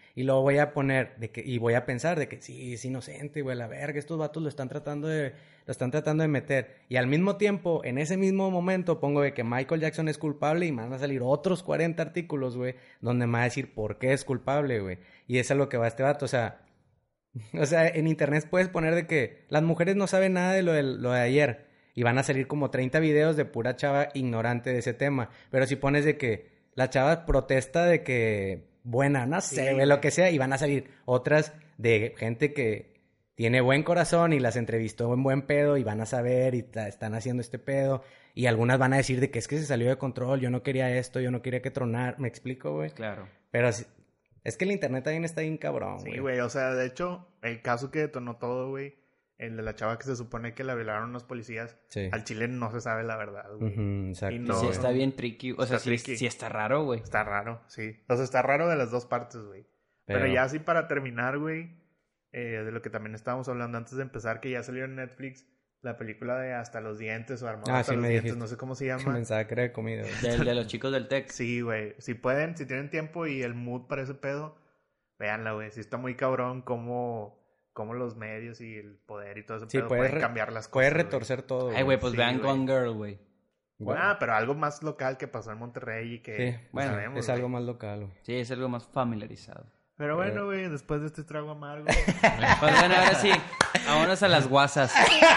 Y luego voy a poner, de que, y voy a pensar de que sí, es inocente, güey, la verga, estos vatos lo están tratando de, lo están tratando de meter. Y al mismo tiempo, en ese mismo momento, pongo de que Michael Jackson es culpable y me van a salir otros cuarenta artículos, güey, donde me va a decir por qué es culpable, güey. Y eso es a lo que va este vato, o sea, o sea, en internet puedes poner de que las mujeres no saben nada de lo de, lo de ayer. Y van a salir como treinta videos de pura chava ignorante de ese tema. Pero si pones de que la chava protesta de que buena, no sé,
Sí.
güey, lo que sea, y van a salir otras de gente que tiene buen corazón y las entrevistó en buen pedo y van a saber y ta- están haciendo este pedo. Y algunas van a decir de que es que se salió de control, yo no quería esto, yo no quería que tronar. ¿Me explico, güey?
Claro.
Pero sí- es que el internet también está bien cabrón,
Sí,
güey.
güey, o sea, de hecho, el caso que detonó todo, güey, el de la chava que se supone que la violaron unos policías,
Sí.
al chile no se sabe la verdad, güey.
Ujú, exacto.
Y
Y
no,
sí
güey.
está bien tricky. O sea,
Está
sí,
tricky.
sí está raro, güey.
Está raro, sí. O sea, está raro de las dos partes, güey. Pero...
Pero-
ya así para terminar, güey, eh, de lo que también estábamos hablando antes de empezar, que ya salió en Netflix la película de Hasta los dientes o Armado
Ah,
hasta
sí,
los
me
dientes,
dijiste.
no sé cómo se
Que
llama.
pensaba que era de comida, güey.
De, de los chicos del Tec.
Sí, güey. Si pueden, si tienen tiempo y el mood para ese pedo, véanla, güey. Sí está muy cabrón cómo, cómo los medios y el poder y todo ese
Sí,
pedo
puedes
pueden
re-
cambiar las cosas.
Puedes
güey.
retorcer todo,
Ay, güey, pues
Sí,
vean
güey.
Gone Girl, güey.
Bueno,
Ah, pero algo más local que pasó en Monterrey y que
sí,
pues,
bueno,
sabemos,
es
güey.
algo más local, güey.
Sí, es algo más familiarizado.
Pero bueno, güey, después de este trago amargo,
Pues bueno, ahora sí, vámonos a las guasas.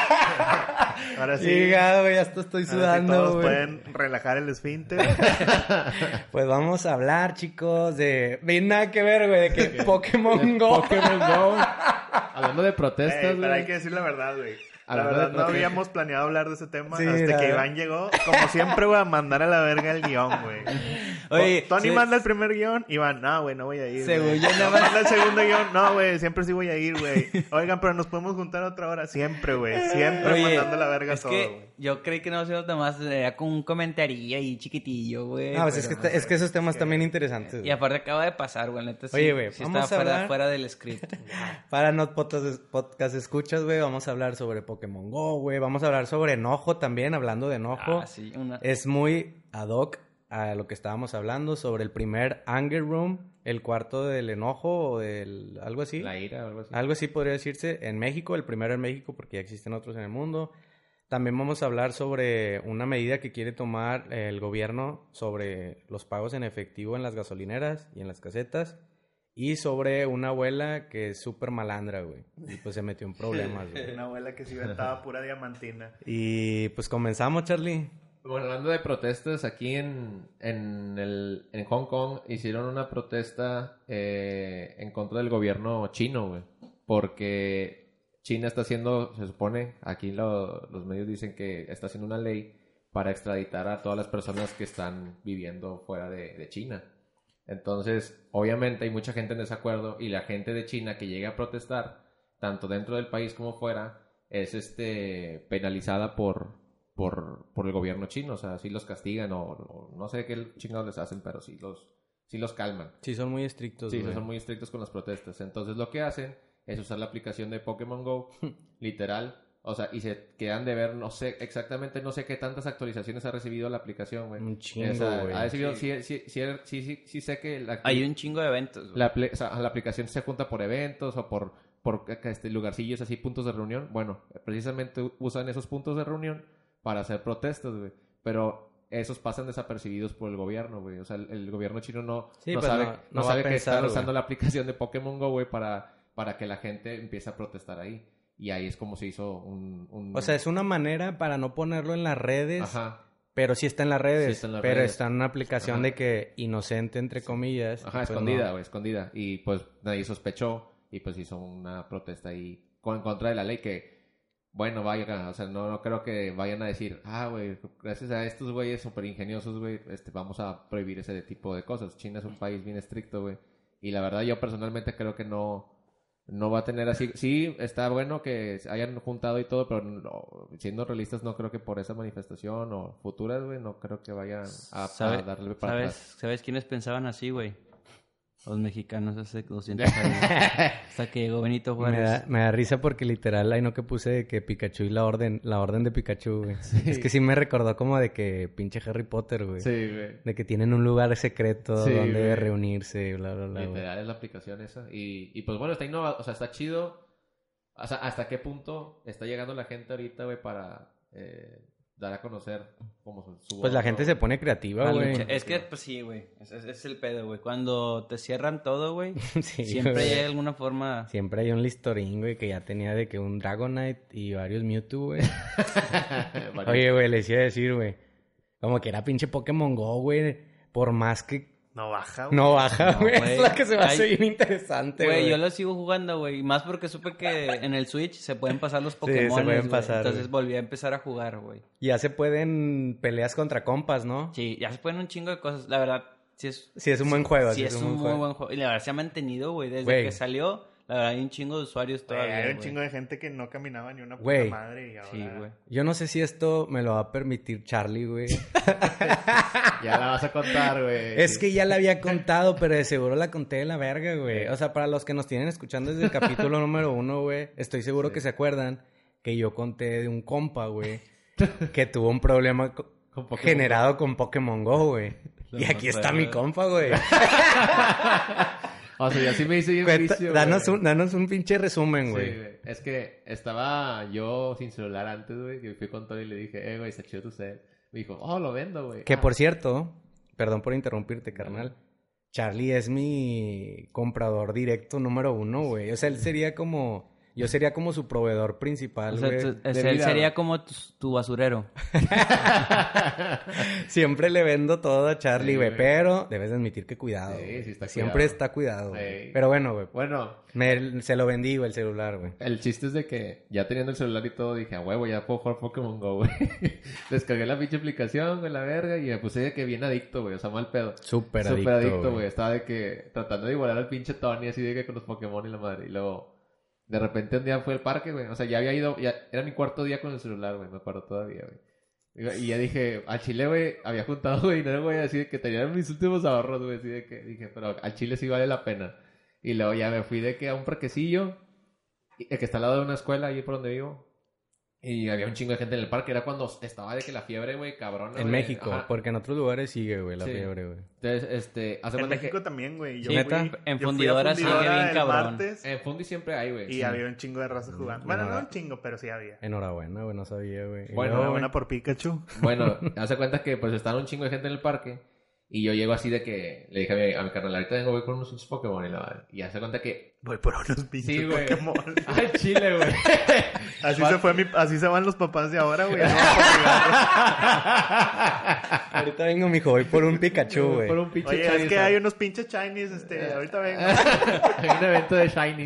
ahora sí,
Hígado, güey, ya hasta estoy
ahora sí
sudando,
todos
güey.
pueden relajar el esfínter.
Pues vamos a hablar, chicos, de... Bien nada que ver, güey, de que Pokémon Go.
Pokémon Go. Hablando de protestas,
Ey,
güey.
pero hay que decir la verdad, güey. La
Hablando
verdad,
de
no
protestas.
habíamos planeado hablar de ese tema
Sí,
hasta
la
que
verdad.
Iván llegó. Como siempre, güey, a mandar a la verga el guión, güey.
Oye,
Tony
sí,
manda el primer guión, Iván, no, güey, no voy a ir.
Según
güey.
yo, nada
No,
más-
manda el segundo guión, no, güey, siempre sí voy a ir, güey. Oigan, pero nos podemos juntar a otra hora. Siempre, güey, siempre
Oye,
mandando la verga
es
todo,
que
güey.
yo creí que no se nada más era con un comentario ahí chiquitillo, güey.
Ah, pues es que,
pero-
está- es que esos temas también interesantes,
Y
güey.
aparte acaba de pasar, güey, neta. Sí,
Oye, güey,
sí
vamos
estaba
a
fuera,
hablar-
fuera del script.
Para no podcast, podcast escuchas, güey, vamos a hablar sobre Pokémon Go, güey. Vamos a hablar sobre enojo también, hablando de enojo.
Ah, sí, una...
Es muy ad hoc a lo que estábamos hablando sobre el primer Anger Room, el cuarto del enojo o del... algo así.
La ira o algo así.
Algo así podría decirse en México, el primero en México porque ya existen otros en el mundo. También vamos a hablar sobre una medida que quiere tomar el gobierno sobre los pagos en efectivo en las gasolineras y en las casetas. Y sobre una abuela que es súper malandra, güey. Y pues se metió en problemas, güey.
Una abuela que sí ventaba pura diamantina.
Y pues comenzamos, Charlie.
Bueno, hablando de protestas, aquí en, en, el, en Hong Kong hicieron una protesta eh, en contra del gobierno chino, güey. Porque China está haciendo, se supone, aquí lo- los medios dicen que está haciendo una ley para extraditar a todas las personas que están viviendo fuera de, de China. Entonces, obviamente hay mucha gente en desacuerdo y la gente de China que llegue a protestar, tanto dentro del país como fuera, es este penalizada por, por, por el gobierno chino. O sea, sí los castigan o, o no sé qué chingados les hacen, pero sí los, sí los calman.
Sí, son muy estrictos,
Sí,
güey.
son muy estrictos con las protestas. Entonces lo que hacen es usar la aplicación de Pokémon Go, literal. O sea, y se quedan de ver, no sé, exactamente no sé qué tantas actualizaciones ha recibido la aplicación, güey.
Un chingo,
O sea,
güey.
ha recibido, sí, sí, sí, sí, sí, sí sé que la,
Hay un chingo de eventos, güey.
la, apli- o sea, la aplicación se junta por eventos o por, por este, lugarcillos así, puntos de reunión. Bueno, precisamente usan esos puntos de reunión para hacer protestas, güey. Pero esos pasan desapercibidos por el gobierno, güey. O sea, el, el gobierno chino no,
Sí,
no
pues
sabe,
no-
no
no va a
sabe que
pensar,
están
güey.
usando la aplicación de Pokémon Go, güey, para, para que la gente empiece a protestar ahí. Y ahí es como se hizo un... un...
O sea, es una manera para no ponerlo en las redes,
Ajá.
pero sí está en las redes,
Sí está en las
pero
redes.
está en una aplicación
Ajá.
de que inocente, entre comillas.
Ajá,
y pues
escondida,
no.
güey, escondida. Y pues nadie sospechó y pues hizo una protesta ahí con, en contra de la ley que, bueno, vaya, o sea, no, no creo que vayan a decir, ah, güey, gracias a estos güeyes súper ingeniosos, güey, este, vamos a prohibir ese tipo de cosas. China es un país bien estricto, güey. Y la verdad yo personalmente creo que no... No va a tener así... Sí, está bueno que se hayan juntado y todo, pero no- siendo realistas no creo que por esa manifestación o futuras, güey, no creo que vayan a, a
¿Sabe-
darle para
¿Sabes,
atrás.
¿Sabes quiénes pensaban así, güey? Los mexicanos hace doscientos años. Hasta que llegó Benito Juárez.
Me da, me da risa porque literal ahí no que puse de que Pikachu y la orden, la orden de Pikachu, güey. Sí. Es que sí me recordó como de que pinche Harry Potter, güey.
Sí, güey.
De que tienen un lugar secreto
Sí,
donde
güey.
reunirse, bla, bla, bla. güey.
Literal es la aplicación esa. Y, y pues bueno, está innovado, o sea, está chido. O sea, ¿hasta qué punto está llegando la gente ahorita, güey, para eh, dar a conocer como su, su
Pues la
voz,
gente
¿no?
se pone creativa,
Ah,
güey.
lucha- Es que, pues sí, güey. Ese es, es el pedo, güey. Cuando te cierran todo, güey,
Sí,
siempre
güey.
hay alguna forma...
Siempre hay un listorín, güey, que ya tenía de que un Dragonite y varios Mewtwo, güey.
Vale.
Oye, güey, les iba a decir, güey. Como que era pinche Pokémon Go, güey. Por más que
No baja, güey.
no baja,
No,
güey.
güey.
Es la que se me hace
Ay,
bien interesante,
Güey,
güey.
yo lo sigo jugando, güey. Y más porque supe que en el Switch se pueden pasar los
se
Pokémon.
pueden pasar,
Entonces
güey.
volví a empezar a jugar, güey.
Ya se pueden peleas contra compas, ¿no?
Sí, ya se pueden un chingo de cosas. La verdad, sí es...
Sí, es un buen juego.
Sí, es un muy buen juego. Y la verdad se ha mantenido, güey. Desde
Güey.
que salió, la verdad hay un chingo de usuarios
Güey,
todavía,
hay un
güey.
chingo de gente que no caminaba ni una puta
Güey.
madre y ahora...
Sí, güey.
Yo no sé si esto me lo va a permitir Charlie, güey.
Ya la vas a contar, güey.
Es que ya la había contado, pero de seguro la conté de la verga, güey. O sea, para los que nos tienen escuchando desde el capítulo número uno, güey, estoy seguro
Sí.
que se acuerdan que yo conté de un compa, güey, que tuvo un problema co-
Con Pokémon
generado con Pokémon Go, güey.
No
Y aquí
me
está
acuerdo.
mi compa, güey.
O sea, ya sí me hice bien
Cuenta-
vicio,
danos,
güey.
un, danos un pinche resumen,
Sí,
güey.
güey. Es que estaba yo sin celular antes, güey, que fui con Tony y le dije, eh, güey, está chido tu set. Me dijo, oh, lo vendo, güey.
Que
Ah.
por cierto, perdón por interrumpirte, carnal. Charlie es mi comprador directo número uno, güey. O sea, él sería como... Yo sería como su proveedor principal,
O sea,
güey.
tú-
de
ese- él
vida,
sería
güey.
como tu, tu basurero.
Siempre le vendo todo a Charlie,
Sí,
güey.
güey.
Pero debes de admitir que cuidado.
Sí,
güey.
sí está
Siempre
cuidado.
está cuidado, güey.
Sí.
Pero bueno, güey.
Bueno,
Me, se lo vendí, güey, el celular, güey.
el chiste es de que ya teniendo el celular y todo, dije, a huevo, ya puedo jugar Pokémon Go, güey. Descargué la pinche aplicación, güey, la verga, y me puse de que bien adicto, güey. O sea, mal pedo.
Súper
Súper
adicto,
adicto,
güey.
güey. Estaba de que tratando de igualar al pinche Tony, así de que con los Pokémon y la madre. Y luego, de repente un día fue al parque, güey. O sea, ya había ido, ya era mi cuarto día con el celular, güey. Me acuerdo todavía, güey. Y ya dije, al Chile, güey, había juntado, güey, dinero, güey, así de que tenía mis últimos ahorros, güey, así de que dije, pero al Chile sí vale la pena. Y luego ya me fui de que a un parquecillo, y- el que está al lado de una escuela, ahí por donde vivo. Y había un chingo de gente en el parque. Era cuando estaba de que la fiebre, güey, cabrona.
En
güey.
México,
Ajá.
porque en otros lugares sigue, güey, la
Sí.
fiebre, güey.
Entonces, este, hace
En
cuenta
México
que
también, güey. Yo
Sí,
fui-
¿neta?
yo
En
fui a
Fundidora sigue
Fundidora
bien
el
cabrón.
martes
en Fundi siempre hay, güey.
y
Sí.
había un chingo de raza jugando. Bueno,
Ajá.
no un chingo, pero sí había.
Enhorabuena, güey, no sabía, güey. Y
Bueno,
luego,
Enhorabuena
güey,
por Pikachu.
Bueno, hace cuenta que pues estaba un chingo de gente en el parque. Y yo llego así de que le dije a mi, a mi carnal, ahorita vengo, voy por unos pinches Pokémon y la madre. Y hace cuenta que.
Voy por unos pinches
Sí, güey.
Pokémon.
¡Ay, Chile, güey!
Así se fue mi, así se van los papás de ahora, güey. Ya no van por cigarros.
Ahorita vengo, mijo, voy por un Pikachu, güey.
Por un pinche
Oye, es
Charizard.
que hay unos pinches Chinese, este, ahorita vengo.
Hay un evento de Shinies.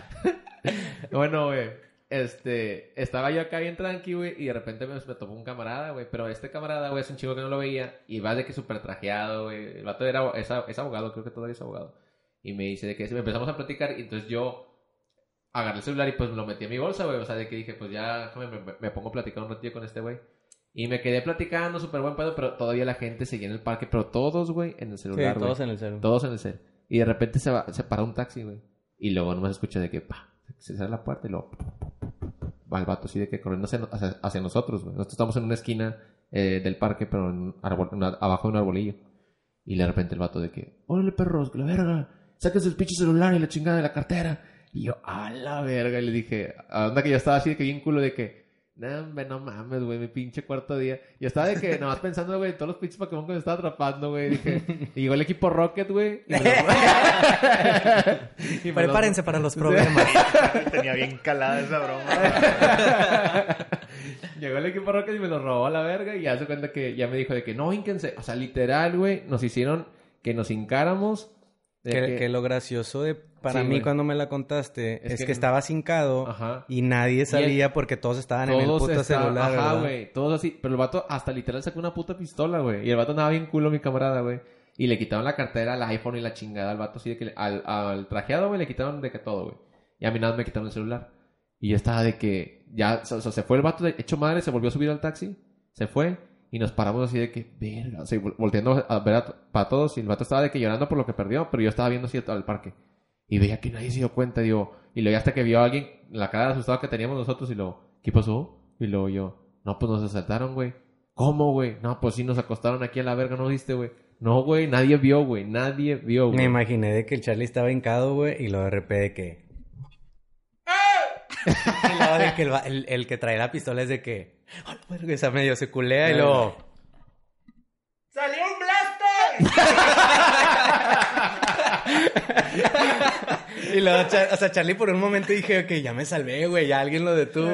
Bueno, güey. Este, estaba yo acá bien tranqui, güey, y de repente me, me topó un camarada, güey, pero este camarada, güey, es un chico que no lo veía, y va de que súper trajeado, güey, el vato era, es, es abogado, creo que todavía es abogado, y me dice de que si empezamos a platicar, y entonces yo agarré el celular y pues me lo metí en mi bolsa, güey, o sea, de que dije, pues ya me, me, me pongo a platicar un ratillo con este güey, y me quedé platicando, súper buen pedo, pero todavía la gente seguía en el parque, pero todos, güey, en el
Sí,
celular, güey.
todos en el celular.
Todos en el cel. Y de repente se, va, se para un taxi, güey. Y luego nomás escucha de que, pa, se cerra la puerta y luego va el vato así de que corriendo hacia, hacia, hacia nosotros, güey. Nosotros estamos en una esquina eh, del parque, pero en un árbol, en una- abajo de un arbolillo. Y de repente el vato de que, órale perros, que la verga, sáquense el pinche celular y la chingada de la cartera. Y yo, a la verga. Y le dije, a onda que yo estaba así de que bien culo de que, no, hombre, no mames, güey, mi pinche cuarto día. Y estaba de que, nada más pensando, güey, todos los pinches Pokémon que me estaba atrapando, güey. Dije, y llegó el equipo Rocket, güey. Y me lo- y me lo-
Prepárense para los problemas.
Tenía bien calada esa broma.
Llegó el equipo Rocket y me lo robó a la verga. Y ya se cuenta que ya me dijo de que no, hínquense. O sea, literal, güey, nos hicieron que nos hincáramos. de
Que,
que-
que lo gracioso de para
Sí,
mí
güey.
cuando me la contaste
Es
es,
que-
que, estaba hincado
Ajá.
y nadie sabía porque todos estaban en el
Todos
puto
estaban-
celular,
Ajá,
¿verdad?
güey. Todos así. Pero el vato hasta literal sacó una puta pistola, güey. Y el vato andaba bien culo, mi camarada, güey. Y le quitaron la cartera, el iPhone y la chingada al vato. Así de que le- al, al trajeado, güey, le quitaron de que todo, güey. Y a mí nada más me quitaron el celular. Y yo estaba de que ya, o sea, se fue el vato de hecho madre, se volvió a subir al taxi. Se fue. Y nos paramos así de que, verga, o sea, vol- volteando a ver a, para todos. Y el vato estaba de que llorando por lo que perdió, pero yo estaba viendo así al parque. Y veía que nadie se dio cuenta, digo. Y luego hasta que vio a alguien, la cara de asustado que teníamos nosotros, y luego, ¿qué pasó? Y luego yo, no, pues nos asaltaron, güey. ¿Cómo, güey? No, pues sí, nos acostaron aquí en la verga, ¿no viste, güey? No, güey, nadie vio, güey, nadie vio, güey.
Me imaginé de que el Charlie estaba hincado, güey, y luego de repente de que... y luego de que el, va- el, el que trae la pistola es de que... ¡Ah, la verga! Esa medio se culea y luego... ¡Salió un blaster! Y luego, Char- o sea, Charlie por un momento dije, ok, ya me salvé, güey, ya alguien lo detuvo.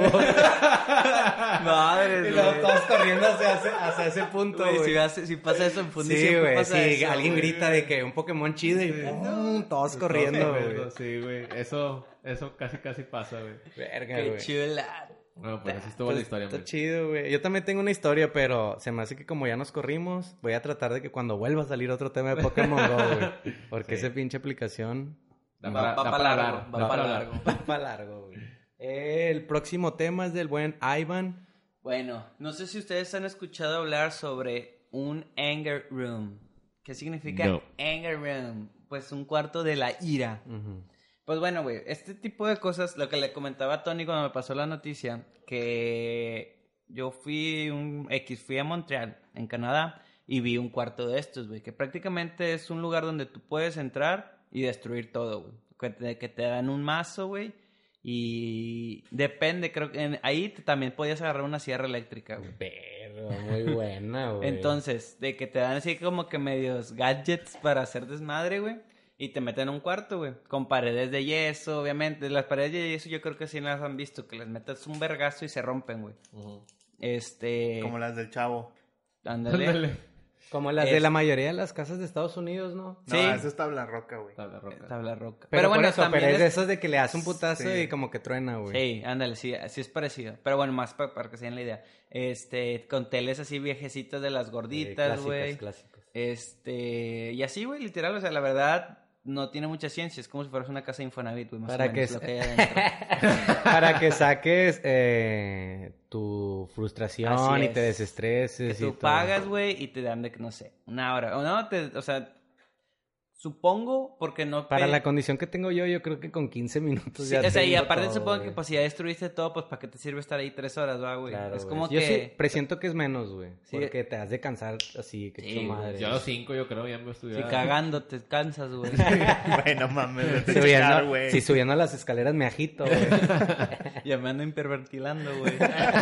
Madre,
Y luego
güey.
todos corriendo hacia, ese- hacia ese punto,
Güey,
güey.
si, hace- si pasa eso en Fundi,
Sí,
siempre
güey,
pasa
sí,
eso,
alguien
güey.
grita de que un Pokémon chido y ¡pum! Todos corriendo, güey.
Sí, güey, eso, eso casi, casi pasa, güey.
Verga,
Qué
güey.
chula.
Bueno, pues así estuvo la historia,
Está
güey.
chido, güey. Yo también tengo una historia, pero se me hace que como ya nos corrimos, voy a tratar de que cuando vuelva a salir otro tema de Pokémon Go, güey. Porque
Sí.
esa pinche aplicación
Da
Va,
para,
va
da
pa'
para
largo,
hablar,
va
da
pa'
para
largo.
hablar.
va para largo, güey. El próximo tema es del buen Ivan.
Bueno, no sé si ustedes han escuchado hablar sobre un anger room. ¿Qué significa
No.
anger room? Pues un cuarto de la ira.
Ujú.
Pues bueno, güey, este tipo de cosas, lo que le comentaba a Tony cuando me pasó la noticia, que yo fui un X, fui a Montreal, en Canadá, y vi un cuarto de estos, güey, que prácticamente es un lugar donde tú puedes entrar y destruir todo, güey. Que te, que te dan un mazo, güey, y depende, creo que en- ahí te- también podías agarrar una sierra eléctrica, güey.
Pero muy buena, güey.
Entonces, de que te dan así como que medios gadgets para hacer desmadre, güey. Y te meten a un cuarto, güey. Con paredes de yeso, obviamente. Las paredes de yeso yo creo que sí las han visto. Que les metes un vergazo y se rompen, güey.
Ujú.
Este...
Como las del Chavo.
Ándale.
Ándale.
Como las
Es-
de la mayoría de las casas de Estados Unidos, ¿no?
No,
Sí.
esa es tabla roca, güey.
Tabla roca.
Tabla roca.
Pero,
bueno,
por eso,
también
pero es de
es-
esos de que le das un putazo
Sí.
y como que truena, güey.
Sí, ándale, sí, sí es parecido. Pero bueno, más pa- para que se den la idea. Este, con teles así viejecitas de las
Sí,
gorditas,
clásicas,
güey.
clásicas.
Este, y así, güey, literal, o sea, la verdad no tiene mucha ciencia, es como si fueras una casa de Infonavit, güey, más
Para
o menos
que
lo
se-
que hay adentro.
Para que saques eh, tu frustración
Así
y
es.
te desestreses.
Que
y
tú
todo.
pagas, güey, y te dan de, que, no sé, una hora. O no, te, o sea, supongo, porque no
Para
te-
la condición que tengo yo, yo creo que con quince minutos
Sí,
ya
o sea, y
tengo
aparte
todo,
supongo
güey.
que pues si ya destruiste todo, pues ¿para qué te sirve estar ahí tres horas, va, güey?
Claro,
es
güey.
como
Yo
que...
sí presiento que es menos, güey.
Sí.
Porque te has de cansar así, que
Sí,
tu
güey.
madre.
Yo a los cinco, yo creo, ya me
Si
estudiaba.
cagando te cansas, güey.
Güey, no mames, vete a
Subiendo,
chingar, güey.
si subiendo las escaleras me agito, güey.
Ya me ando hiperventilando, güey.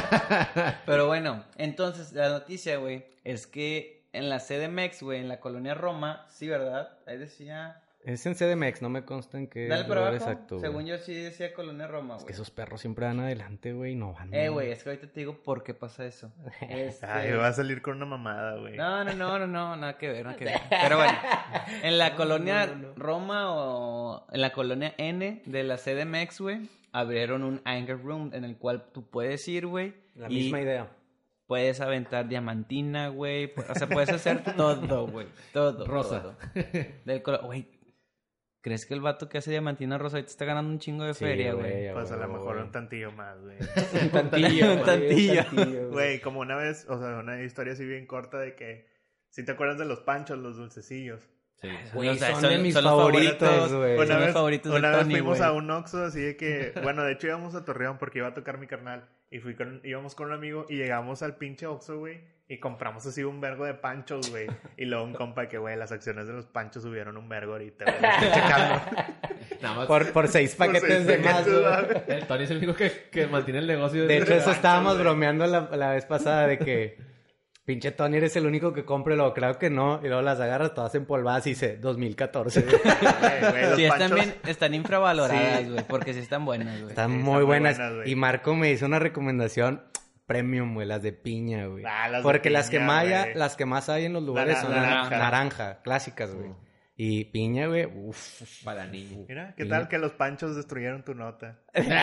Pero bueno, entonces la noticia, güey, es que en la C D M X, güey, en la colonia Roma, sí, ¿verdad? Ahí decía...
Es en C D M X, no me consta en qué
Dale para
lugar
abajo.
exacto, güey.
Según yo sí decía colonia Roma,
Es que
güey.
esos perros siempre van adelante, güey, no van.
Eh, güey, es que ahorita te digo por qué pasa eso. Este-
Ay, va a salir con una mamada, güey.
No, no, no, no, no, nada que ver, nada que ver. Pero bueno, en la colonia
no, no.
Roma o en la colonia N de la C D M X, güey, abrieron un anger room en el cual tú puedes ir, güey.
La
y
misma idea.
puedes aventar diamantina, güey. O sea, puedes hacer todo, güey. Todo.
Rosa.
todo. Del color, güey. ¿Crees que el vato que hace diamantina rosa ahorita está ganando un chingo de
Sí,
feria, güey?
Pues a lo
huevo,
mejor
güey.
un tantillo más, güey.
Un tantillo,
Un
güey,
tantillo.
un tantillo, güey.
Güey, como una vez, o sea, una historia así bien corta de que... Si te acuerdas de los panchos, los dulcecillos.
Sí.
Güey,
O sea,
son,
son-
de mis
son los
favoritos,
favoritos,
güey.
Son
Una
los
vez,
favoritos del
una vez
Tony,
fuimos
güey.
a un Oxxo así de que... Bueno, de hecho íbamos a Torreón porque iba a tocar mi carnal. Y fui con, íbamos con un amigo y llegamos al pinche Oxxo, güey. Y compramos así un vergo de panchos, güey. Y luego un compa que, güey, las acciones de los panchos subieron un vergo ahorita, güey. Estoy checando.
Nada más.
Por, por seis
Por
paquetes
seis
de más,
paquetes,
güey.
¿verdad?
El Tony es el único que, que mantiene el negocio.
De hecho, eso
Panchos,
estábamos
güey.
bromeando la, la vez pasada de que... Pinche Tony, eres el único que compre, luego claro que no. Y luego las agarras todas empolvadas y dice dos mil catorce.
Güey, güey, los
Sí, están,
panchos-
bien, están infravaloradas,
Sí.
güey, porque sí están buenas, güey.
Están
Sí,
muy
están muy
buenas.
buenas, güey.
Y Marco me hizo una recomendación premium, güey, las de piña, güey.
Ah, las de
Porque las, que
piña,
más hay,
güey.
las que más hay en los lugares
Nara-
son
naranja.
naranja, naranja clásicas, güey. Y piña, güey, uff.
Para niños.
Mira, ¿qué
Sí.
tal que los panchos destruyeron tu nota?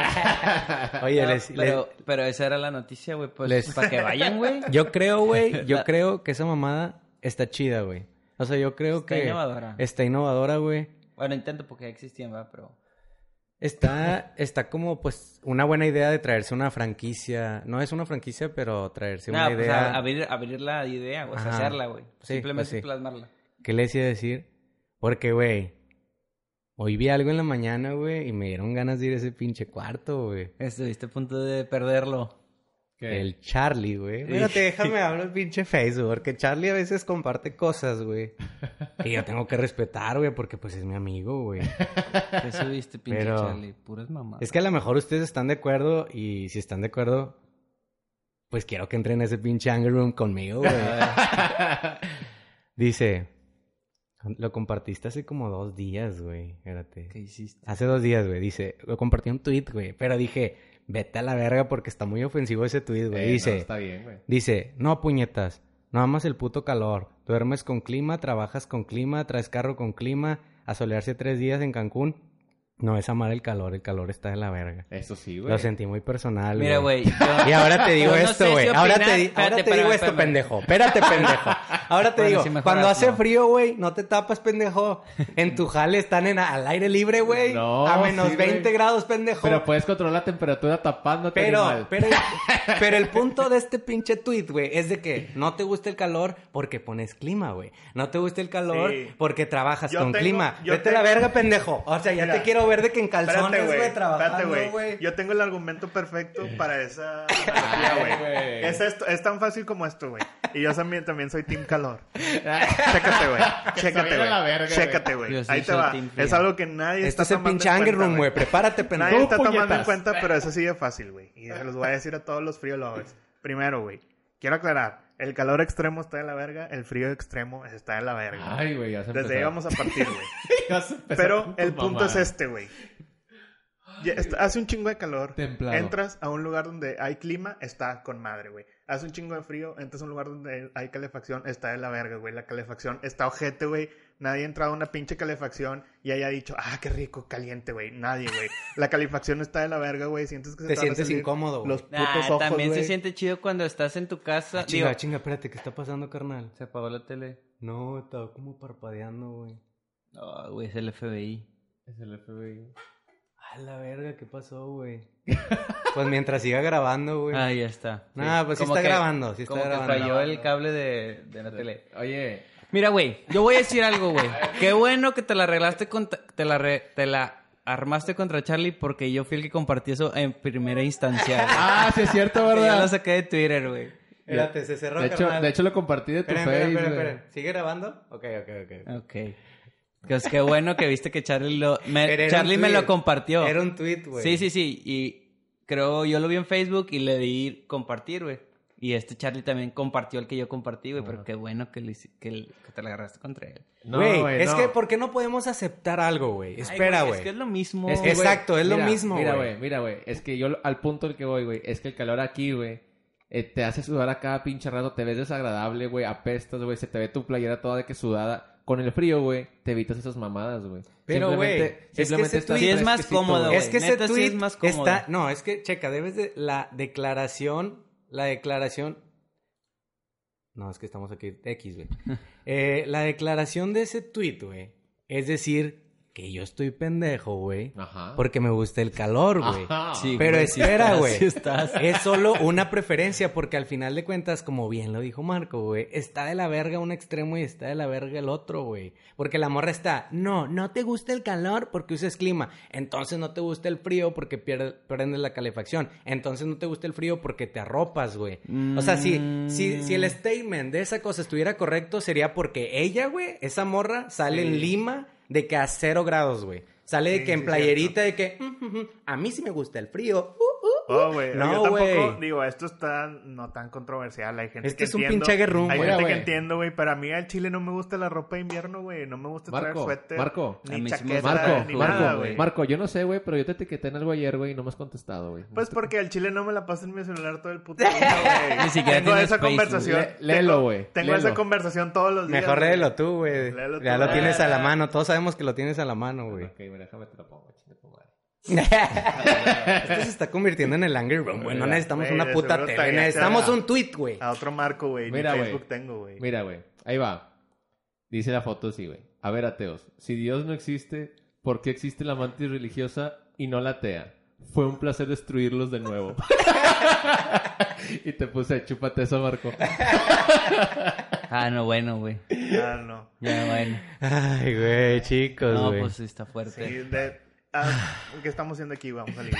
Oye,
No,
les,
pero, pero esa era la noticia, güey, pues
Les-
para que vayan, güey.
les- yo creo, güey, yo creo que esa mamada está chida, güey. O sea, yo creo
Está
que
innovadora.
está innovadora, güey.
Bueno, intento porque ya existían, va, pero...
Está, está como, pues, una buena idea de traerse una franquicia. No es una franquicia, pero traerse
No,
una
pues
idea.
a- abrir, abrir la idea, o sea,
Ajá.
hacerla, güey.
Sí,
Simplemente
pues sí.
plasmarla.
¿Qué les iba a decir? Porque, güey, hoy vi algo en la mañana, güey, y me dieron ganas de ir a ese pinche cuarto, güey.
Estuviste a punto de perderlo.
¿Qué?
El Charlie, güey. Espérate, déjame hablar el pinche Facebook, porque Charlie a veces comparte cosas, güey. Que yo tengo que respetar, güey, porque pues es mi amigo, güey.
¿Qué subiste, pinche
Pero-
Charlie? Puras mamadas.
Es que a lo mejor ustedes están de acuerdo y si están de acuerdo, pues quiero que entren a ese pinche Anger Room conmigo, güey. Dice, lo compartiste hace como dos días, güey. Espérate.
¿Qué hiciste?
Hace dos días, güey. Dice, lo compartí un tweet, güey. Pero dije, vete a la verga porque está muy ofensivo ese tweet, güey.
Eh, no,
Dice,
está bien, güey.
dice, no, puñetas. Nada más el puto calor. Duermes con clima, trabajas con clima, traes carro con clima. A solearse tres días en Cancún. No es amar el calor. El calor está de la verga.
Eso sí, güey.
Lo sentí muy personal,
Mira, güey. yo-
Y ahora te digo
yo no
esto,
sé
güey.
si
ahora
opinar-
te, di-
espérate,
ahora te
espérame,
digo esto,
espérame.
pendejo. Espérate, pendejo. Ahora te
Bueno,
digo,
sí, mejor
cuando hace
hazlo.
frío, güey, no te tapas, pendejo. En tu jale están en, al aire libre, güey.
No,
a menos
sí, güey.
veinte grados, pendejo.
Pero puedes controlar la temperatura tapándote,
Pero,
animal.
pero, pero el punto de este pinche tweet, güey, es de que no te gusta el calor porque pones clima, güey. No te gusta el calor
Sí.
porque trabajas
Yo
con
tengo-
clima.
yo
Vete a la
tengo-
verga, pendejo. O sea, ya
Mira,
te quiero ver de que en calzones,
Espérate,
güey,
güey.
trabajando,
Espérate,
güey.
güey. Yo tengo el argumento perfecto para esa
Ay,
analogía, güey.
güey.
Es esto, es tan fácil como esto, güey. Y yo también, también soy team calor. Chécate, güey. Chécate,
vayan a la
güey.
verga,
Chécate,
Yo
güey.
sí
Ahí te
soy
va.
team frío.
Es algo que nadie
Este
está
es el
tomando
pinche
en
Anger
cuenta,
Room, güey. Prepárate,
Nadie
pendejo.
está tomando en
puñetas.
cuenta, pero eso sí es fácil, güey. Y se los voy a decir a todos los frío lovers. Primero, güey. Quiero aclarar. El calor extremo está de la verga. El frío extremo está de la verga.
Ay, güey, ya se
Desde ahí vamos a partir, güey.
Pero
Pero el punto es este, güey. Ya está- Hace un chingo de calor.
Templado.
Entras a un lugar donde hay clima, está con madre, güey. Hace un chingo de frío, entras a un lugar donde hay calefacción, está de la verga, güey. La calefacción está ojete, güey. Nadie ha entrado a una pinche calefacción y haya dicho, ah, qué rico, caliente, güey. Nadie, güey. La calefacción está de la verga, güey. Sientes que se
Te
van a
sientes
salir
incómodo, güey.
los putos
Ah,
ojos,
también
güey.
se siente chido cuando estás en tu casa.
Ah, chinga,
Digo,
chinga, espérate, ¿qué está pasando, carnal?
se apagó la tele.
No, estaba como parpadeando, güey.
Ah, güey, es el F B I.
Es el F B I.
A la verga, ¿qué pasó, güey? Pues mientras siga grabando, güey.
Ah, ya está.
Nah, pues sí
Como
está
que-
grabando, sí está
como que
grabando.
falló el cable de, de la tele.
Oye,
Mira, güey, yo voy a decir algo, güey. Qué bueno que te la arreglaste contra, te la re- te la armaste contra Charlie porque yo fui el que compartí eso en primera instancia. güey.
ah, sí es cierto,
Que yo lo
¿verdad?
saqué de Twitter, güey.
Espérate, se cerró,
De hecho,
carnal.
de hecho lo compartí de tu
Esperen,
face,
esperen, esperen,
güey.
esperen. ¿Sigue grabando? Ok, ok, ok.
Ok. Pues qué bueno que viste que Charlie lo me-
Pero era un
Charlie me
tweet.
lo compartió.
Era un tweet, güey.
Sí, sí, sí. Y creo yo lo vi en Facebook y le di compartir, güey. Y este Charlie también compartió el que yo compartí, güey. Pero qué bueno que, le hici- que, el- que te la agarraste contra él.
No,
Güey,
güey,
es
no.
que ¿por qué no podemos aceptar algo, güey?
Ay,
Espera,
Es
güey.
que es lo mismo.
Es que, güey,
Exacto, es lo
mira,
mismo,
Mira,
güey.
güey, mira, güey. Es que yo al punto al que voy, güey, es que el calor aquí, güey, eh, te hace sudar a cada pinche rato, te ves desagradable, güey, apestas, güey, se te ve tu playera toda de que sudada. Con el frío, güey, te evitas esas mamadas, güey.
Pero,
Simplemente-
güey, es que
simplemente
ese
estás
tweet- Sí, es más
fresquecito,
cómodo,
güey.
Es que ese
Neta, sí
tweet
es más cómodo.
está... No, es que, checa, debes de... La declaración... La declaración... No, es que estamos aquí... X, güey. Eh, la declaración de ese tweet, güey, es decir que yo estoy pendejo, güey,
Ajá.
porque me gusta el calor, güey.
Ajá.
Sí,
Pero
güey, sí
espera,
estás,
güey.
sí estás.
Es solo una preferencia, porque al final de cuentas, como bien lo dijo Marco, güey, está de la verga un extremo y está de la verga el otro, güey. Porque la morra está, no, no te gusta el calor porque usas clima. Entonces no te gusta el frío porque pierde, prendes la calefacción. Entonces no te gusta el frío porque te arropas, güey. O sea, si, si, si el statement de esa cosa estuviera correcto, sería porque ella, güey, esa morra, sale en Lima de que a cero grados, güey. Sale de
Sí,
que en
sí,
playerita de que, "Mm, mm, mm, a mí sí me gusta el frío. Uh, uh,
Oh, güey.
No,
yo tampoco,
güey.
digo, esto está no tan controversial. Hay gente
Es que
que
es un
entiendo.
pinche aguerrún,
Hay
güey.
gente
Mira,
que
güey.
entiendo, güey. Pero a mí al chile no me gusta la ropa de invierno, güey. No me gusta traer
Marco,
suéter.
Marco.
A
Ni
mí sí me
chaqueta,
gusta.
Marco,
ni
Marco,
nada, güey.
Marco, yo no sé, güey, pero yo te etiqueté en algo ayer, güey, y no me has contestado, güey.
Pues porque al chile no me la paso en mi celular todo el puto día, güey.
Ni siquiera
Tengo
tienes
esa
Facebook.
conversación.
Le- léelo,
tengo-
güey,
Tengo
léelo.
esa conversación todos los días.
Mejor
güey.
léelo tú, güey.
Léelo tú.
Ya lo tienes a la
Ah.
mano. Todos sabemos que lo tienes a la mano, güey.
Ok, mira, déjame te lo pongo, chinga tu madre.
Esto se está convirtiendo en el Anger Room, güey. No necesitamos
Güey,
una
de
puta
seguro
tele.
tagueaste
Necesitamos
a-
un tweet, güey.
A otro Marco, güey. Ni
Mira, güey.
Facebook tengo, güey.
Mira, güey, ahí va. Dice la foto así, güey. A ver, ateos, si Dios no existe, ¿por qué existe la mantis religiosa y no la atea? Fue un placer destruirlos de nuevo. Y te puse, chúpate eso, Marco.
Ah, no, bueno, güey.
Ah, no.
Ya, bueno.
Ay, güey, chicos,
No,
güey.
pues sí está fuerte.
Sí, de... ah, ¿qué estamos haciendo aquí? Vamos a salir.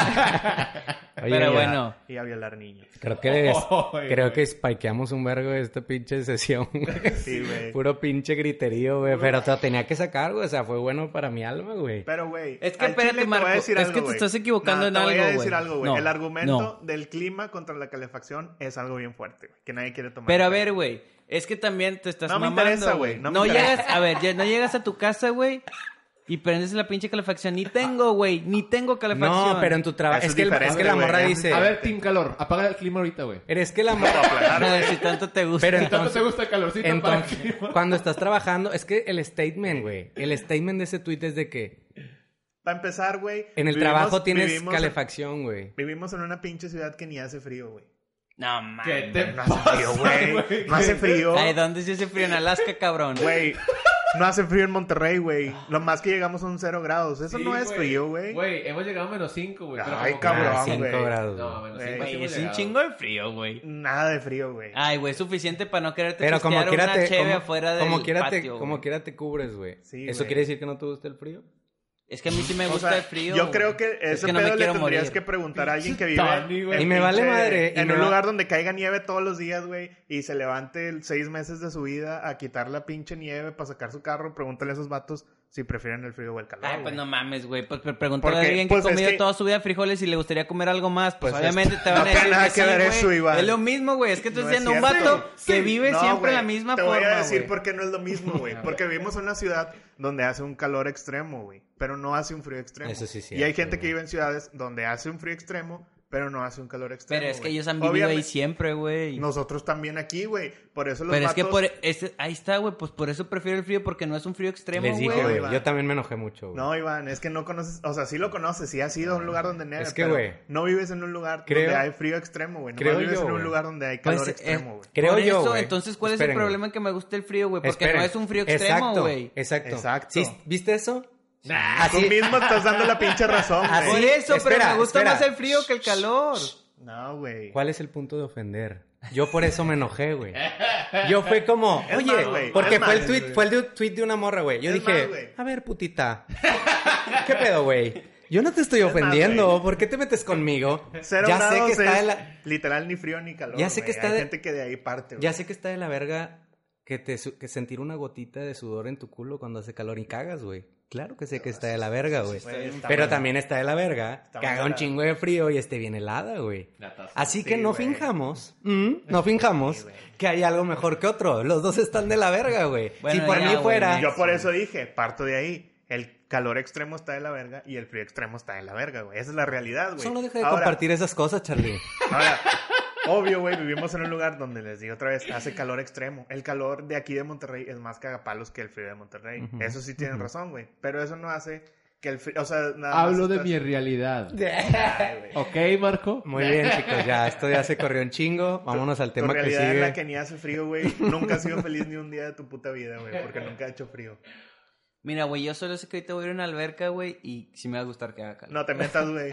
Oye,
Pero
ya,
bueno.
Y a violar niños.
Creo que, es-
Ay,
creo
güey.
que spikeamos un vergo de esta pinche sesión, güey.
Sí, güey.
Puro pinche griterío, güey. Pero te lo tenía que sacar, güey. O sea, fue bueno para mi alma, güey.
Pero, güey.
Es que
al
espérate,
chile te
Marco,
voy a decir
es
algo,
que te
güey.
estás equivocando en
te voy
algo,
a decir
güey.
algo, güey.
No,
El argumento
no.
del clima contra la calefacción es algo bien fuerte, güey. Que nadie quiere tomar.
Pero a
en cuenta.
ver, güey, es que también te estás
No me
mamando,
interesa,
güey.
güey, no
No,
me interesa.
llegas, a ver, ya no llegas a tu casa, güey, y prendes la pinche calefacción. Ni tengo, güey, ni tengo calefacción.
No, pero en tu trabajo.
Eso
Es
es
que, el- es que
diferente,
la
güey.
morra
Es
dice.
A ver, Team Calor, apaga el clima ahorita, güey.
Es que la
Para
morra.
aplanar,
No,
güey.
si tanto te gusta.
Pero
Si tanto
entonces-
te gusta el calorcito, apaga el
Entonces,
clima.
cuando estás trabajando, es que el statement, güey. El statement de ese tweet es de que
Para empezar, güey.
en el
vivimos-
trabajo tienes
vivimos-
calefacción, güey.
Vivimos en una pinche ciudad que ni hace frío, güey.
No,
¿Qué
man.
te
No hace frío, güey.
güey?
No hace frío.
Ay, ¿dónde se hace frío? En Alaska, cabrón.
Güey. No hace frío en Monterrey, güey. Lo más que llegamos son cero grados. Eso
Sí,
no es frío, güey.
Güey, hemos llegado a menos cinco, güey. pero
Ay,
como-
cabrón,
Ah,
güey.
cinco grados.
No,
güey.
menos
Güey,
cinco. sí
Güey,
hemos
es un
llegado.
chingo de frío, güey.
Nada de frío, güey.
Ay, güey, suficiente para no quererte
Pero como
pistear
quiera
una
te,
cheve
como,
afuera del
como quiera te,
patio,
como
güey.
quiera te cubres, güey.
Sí,
¿Eso
güey.
quiere decir que no te gusta el frío?
Es que a mí sí me
O
gusta
sea,
el frío.
yo
güey.
creo que ese
Es que no me
pedo le
quiero
tendrías
morir.
que preguntar a alguien que vive
Tony, güey.
en
Y me vale
pinche-
madre, y
en
me
un
va-
lugar donde caiga nieve todos los días, güey, y se levante el seis meses de su vida a quitar la pinche nieve para sacar su carro. Pregúntale a esos vatos si prefieren el frío o el calor.
Ay, pues
güey.
no mames, güey. Pues pre- pregúntale a
Porque,
alguien que
pues,
ha
es
comido
que-
toda su vida frijoles y le gustaría comer algo más. Pues,
Pues,
obviamente
es-
te van
no
a
tiene
decir
nada
que
que
sí,
ver
güey.
eso, Iván.
Es lo mismo, güey. Es que estás
No es
diciendo un
cierto.
vato que
Sí.
vive
No,
siempre
güey.
la misma
Te
forma,
voy a decir
güey.
por qué no es lo mismo, güey. Porque vivimos en una ciudad donde hace un calor extremo, güey. Pero no hace un frío extremo.
Eso sí es
Y hay
cierto,
gente que
güey.
vive en ciudades donde hace un frío extremo, pero no hace un calor extremo.
Pero es que
güey.
ellos han vivido ahí
Obviamente,
siempre, güey.
Nosotros también aquí, güey. Por eso los
Pero es que
vatos-
por ese- ahí está, güey. Pues por eso prefiero el frío porque no es un frío extremo,
Les dije,
güey.
güey.
Iván.
Yo también me enojé mucho, güey.
No, Iván, es que no conoces... O sea, sí lo conoces. Sí has ido a un lugar donde nieve,
Es que,
pero
güey,
no vives en un lugar
creo-
donde hay frío extremo, güey. No
creo
vives
yo,
en un
güey.
lugar donde hay calor
Pues, eh,
extremo, güey.
Creo
por
yo,
eso,
güey.
entonces, ¿cuál
Esperen,
es el
güey.
problema en que me guste el frío, güey? Porque
Esperen.
no es un frío extremo,
Exacto,
güey.
Exacto.
Exacto.
¿Sí? ¿Viste eso?
Tú
Así.
mismo estás dando la pinche razón,
Así-
Por
güey.
eso,
espera,
pero me gusta
espera.
más el frío que el calor.
No, güey.
¿Cuál es el punto de ofender? Yo por eso me enojé, güey. Yo fue como,
Es
oye,
más, güey,
porque
es
fue el
más,
tweet,
güey.
fue el de- tweet de una morra, güey. Yo
Es
dije,
más, güey.
a ver, putita. ¿Qué pedo, güey? Yo no te estoy
más,
ofendiendo.
güey.
¿Por qué te metes conmigo?
Cero
ya sé
grados
que está
es
de la,
literal ni frío ni calor,
Ya sé que
güey.
está
Hay
de-
gente que de ahí parte, güey.
ya sé que está de la verga que te su- que sentir una gotita de sudor en tu culo cuando hace calor y cagas, güey. Claro que sé que está de la verga, güey.
Güey, está
Pero
mal.
también está de la verga
Está
que
mal
haga un
helada.
chingo de frío y esté bien helada, güey.
La taza.
Así
Sí,
que no
güey.
finjamos, mm, no finjamos
Sí, güey.
que hay algo mejor que otro. Los dos están de la verga, güey.
Bueno,
si por
ya,
mí
güey,
fuera...
Yo por eso dije, parto de ahí. El calor extremo está de la verga y el frío extremo está de la verga, güey. Esa es la realidad, güey.
Solo deja de
Ahora-
compartir esas cosas, Charlie.
Ahora, obvio, güey, vivimos en un lugar donde les digo otra vez, hace calor extremo. El calor de aquí de Monterrey es más cagapalos que el frío de Monterrey.
Ujú,
Eso sí tienen
ujú.
razón, güey. Pero eso no hace que el frío, o sea, nada
Hablo
más
de
estás-
mi realidad.
Ay, güey.
¿Ok, Marco?
Muy bien, chicos, ya, esto ya se corrió un chingo. Vámonos al
Tu
tema que
realidad es la
sigue.
que ni hace frío, güey. Nunca has sido feliz ni un día de tu puta vida, güey, porque nunca ha hecho frío.
Mira, güey, yo solo sé que ahorita voy a ir a una alberca, güey, y sí me va a gustar que haga calor.
No te metas, güey.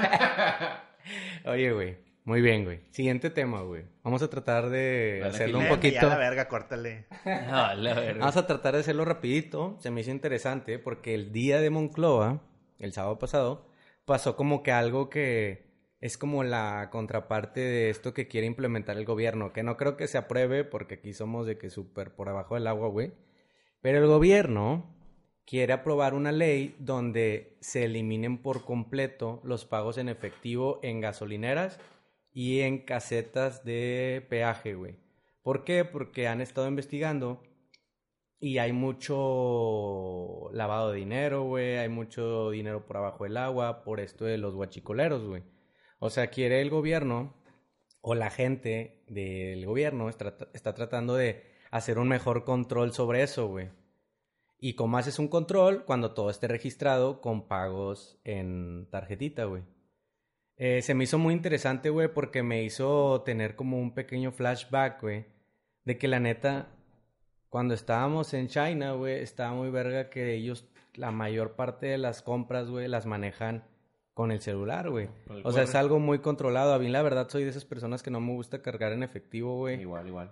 Oye, güey, muy bien, güey. Siguiente tema, güey. Vamos a tratar de
Vale,
hacerlo un
Neta,
poquito...
Ya la verga, córtale.
No, la verga.
Vamos a tratar de hacerlo rapidito. Se me hizo interesante porque el día de Monclova, el sábado pasado, pasó como que algo que es como la contraparte de esto que quiere implementar el gobierno, que no creo que se apruebe porque aquí somos de que súper por abajo del agua, güey. Pero el gobierno quiere aprobar una ley donde se eliminen por completo los pagos en efectivo en gasolineras y en casetas de peaje, güey. ¿Por qué? Porque han estado investigando y hay mucho lavado de dinero, güey. Hay mucho dinero por abajo del agua por esto de los guachicoleros, güey. O sea, quiere el gobierno o la gente del gobierno está, está tratando de hacer un mejor control sobre eso, güey. Y cómo haces un control cuando todo esté registrado con pagos en tarjetita, güey. Eh, se me hizo muy interesante, güey, porque me hizo tener como un pequeño flashback, güey, de que la neta, cuando estábamos en China, güey, estaba muy verga que ellos, la mayor parte de las compras, güey, las manejan con el celular, güey. O sea, es algo muy controlado. A mí, la verdad, soy de esas personas que no me gusta cargar en efectivo, güey.
Igual, igual.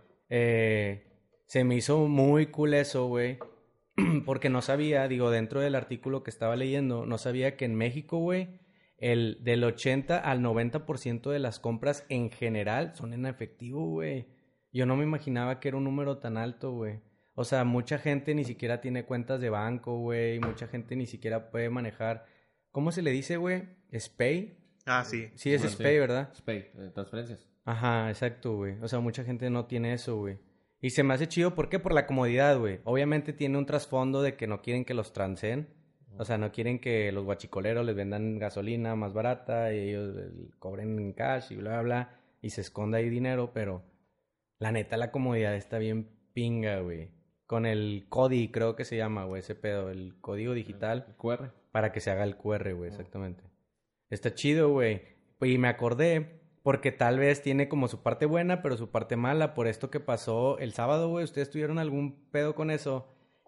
Eh, se me hizo muy cool eso, güey. Porque no sabía, digo, dentro del artículo que estaba leyendo, no sabía que en México, güey, el del ochenta al noventa por ciento de las compras en general son en efectivo, güey. Yo no me imaginaba que era un número tan alto, güey. O sea, mucha gente ni siquiera tiene cuentas de banco, güey. Mucha gente ni siquiera puede manejar. ¿Cómo se le dice, güey? ¿Spay?
Ah, sí.
Sí, es
Sí,
Spay,
sí.
¿verdad?
Spay, eh, transferencias.
Ajá, exacto, güey. O sea, mucha gente no tiene eso, güey. Y se me hace chido, ¿por qué? Por la comodidad, güey. Obviamente tiene un trasfondo de que no quieren que los transeen. O sea, no quieren que los guachicoleros les vendan gasolina más barata y ellos eh, cobren en cash y bla, bla, bla. Y se esconda ahí dinero, pero la neta, la comodidad está bien pinga, güey. Con el C O D I, creo que se llama, güey, ese pedo. El código digital.
El Q R.
Para que se haga el Q R, güey, exactamente. Está chido, güey. Y me acordé, porque tal vez tiene como su parte buena, pero su parte mala, por esto que pasó el sábado, güey. ¿Ustedes tuvieron algún pedo con eso?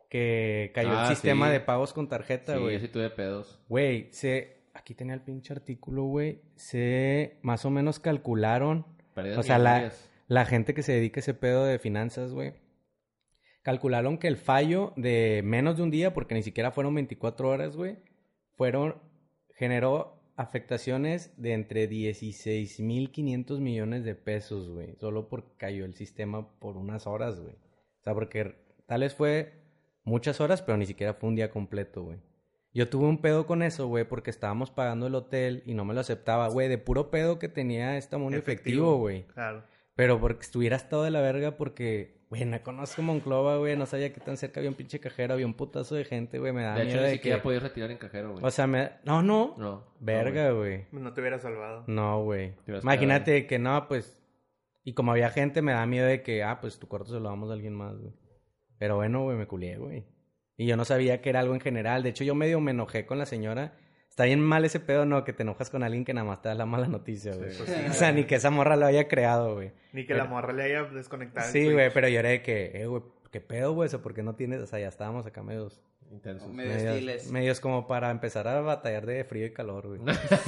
Que cayó
Ah,
el sistema
sí.
de pagos con tarjeta,
Sí,
güey.
yo sí tuve pedos.
Güey, se... Aquí tenía el pinche artículo, güey. Se... Más o menos calcularon...
Pérdidas
O sea, la,
millonarias.
la gente que se dedica a ese pedo de finanzas, güey. Calcularon que el fallo de menos de un día, porque ni siquiera fueron veinticuatro horas, güey, fueron, generó afectaciones de entre dieciséis mil quinientos millones de pesos, güey. Solo porque cayó el sistema por unas horas, güey. O sea, porque tal vez fue muchas horas, pero ni siquiera fue un día completo, güey. Yo tuve un pedo con eso, güey, porque estábamos pagando el hotel y no me lo aceptaba, güey. De puro pedo que tenía esta mono efectivo, güey.
Claro.
Pero porque estuviera estado de la verga porque, güey, no conozco Monclova, güey. No sabía que tan cerca había un pinche cajero, había un putazo de gente, güey. Me daba
De hecho,
miedo
ni
de
siquiera
que...
podías retirar en cajero, güey.
O sea, me... No, no.
No.
Verga, güey.
No te hubiera salvado.
No, güey.
Te hubieras
Imagínate que no, pues... Y como había gente, me da miedo de que, ah, pues tu cuarto se lo damos a alguien más, güey. Pero bueno, güey, me culié, güey. Y yo no sabía que era algo en general. De hecho, yo medio me enojé con la señora. Está bien mal ese pedo, ¿no? Que te enojas con alguien que nada más te da la mala noticia, güey.
Sí, pues sí,
O sea, ni que esa morra lo haya creado, güey.
Ni que
Pero-
la morra le haya desconectado. el
Sí,
Switch.
güey, pero yo era de que, eh, güey, ¿qué pedo, güey? Eso, ¿por qué no tienes? O sea, ya estábamos acá medios...
Intensos.
Medio
Medios,
estiles.
medios como para empezar a batallar de frío y calor, güey.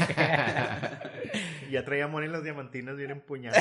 Y ya traía Moni las diamantinas bien empuñadas.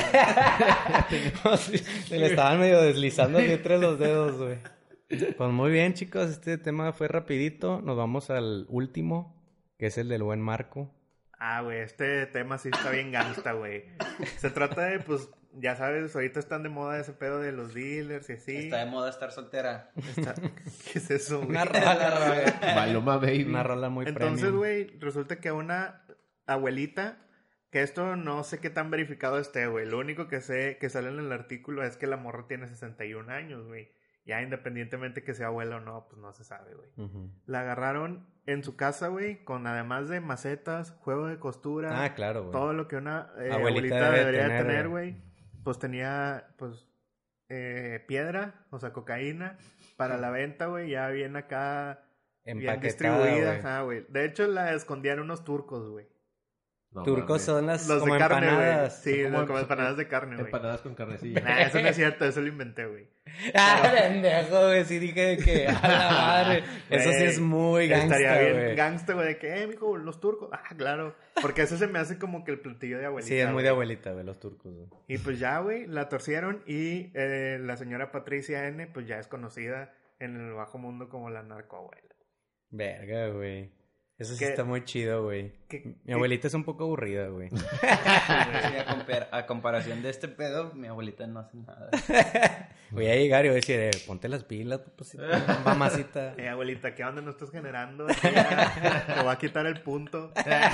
Se le estaban medio deslizando así entre los dedos, güey. Pues muy bien, chicos. Este tema fue rapidito. Nos vamos al último, que es el del buen Marco.
Ah, güey, este tema sí está bien gangsta, güey. Se trata de, pues, ya sabes, ahorita están de moda ese pedo de los dealers y así.
Está de moda estar soltera.
Está- ¿Qué es eso, güey?
Una rola, güey.
Maluma Baby.
Una rola muy
Entonces,
premium.
güey, resulta que una abuelita, que esto no sé qué tan verificado esté, güey. Lo único que sé que sale en el artículo es que la morra tiene sesenta y un años, güey. Ya independientemente que sea abuela o no, pues no se sabe, güey.
Ujú.
La agarraron en su casa, güey, con además de macetas, juego de costura,
Ah, claro, güey.
todo lo que una eh,
Abuelita
abuelita,
debe
debería
tener,
tener,
güey.
güey. Pues tenía, pues, eh, piedra, o sea, cocaína, para la venta, güey, ya bien acá, bien
Empaquetada,
distribuida,
güey.
ajá, güey. De hecho, la escondían unos turcos, güey.
No,
Turcos
mames.
son las
Los
como
de carne, güey.
empanadas.
Sí,
Son
como,
como-
empanadas de carne, güey.
Empanadas con carnecilla.
Nah, eso no es cierto, eso lo inventé, güey.
Ah, pendejo, güey. Sí dije de que, a la madre. Eso sí
Güey,
es muy gangsta,
Estaría bien
güey.
gangsta, güey, de que, eh, mijo, los turcos. Ah, claro. Porque eso se me hace como que el platillo de abuelita.
Sí, es muy
güey.
de abuelita, güey, los turcos, güey.
Y pues ya, güey, la torcieron y eh, la señora Patricia N, pues ya es conocida en el bajo mundo como la narcoabuela.
Verga, güey. Eso sí
¿Qué?
está muy chido, güey.
¿Qué-
Mi abuelita es un poco aburrida, güey.
Sí, a, compar- a comparación de este pedo, mi abuelita no hace nada.
Voy a llegar y voy a decir, eh, ponte las pilas, papacita, mamacita.
Eh, abuelita, ¿qué onda no estás generando? Aquí ya te va a quitar el punto.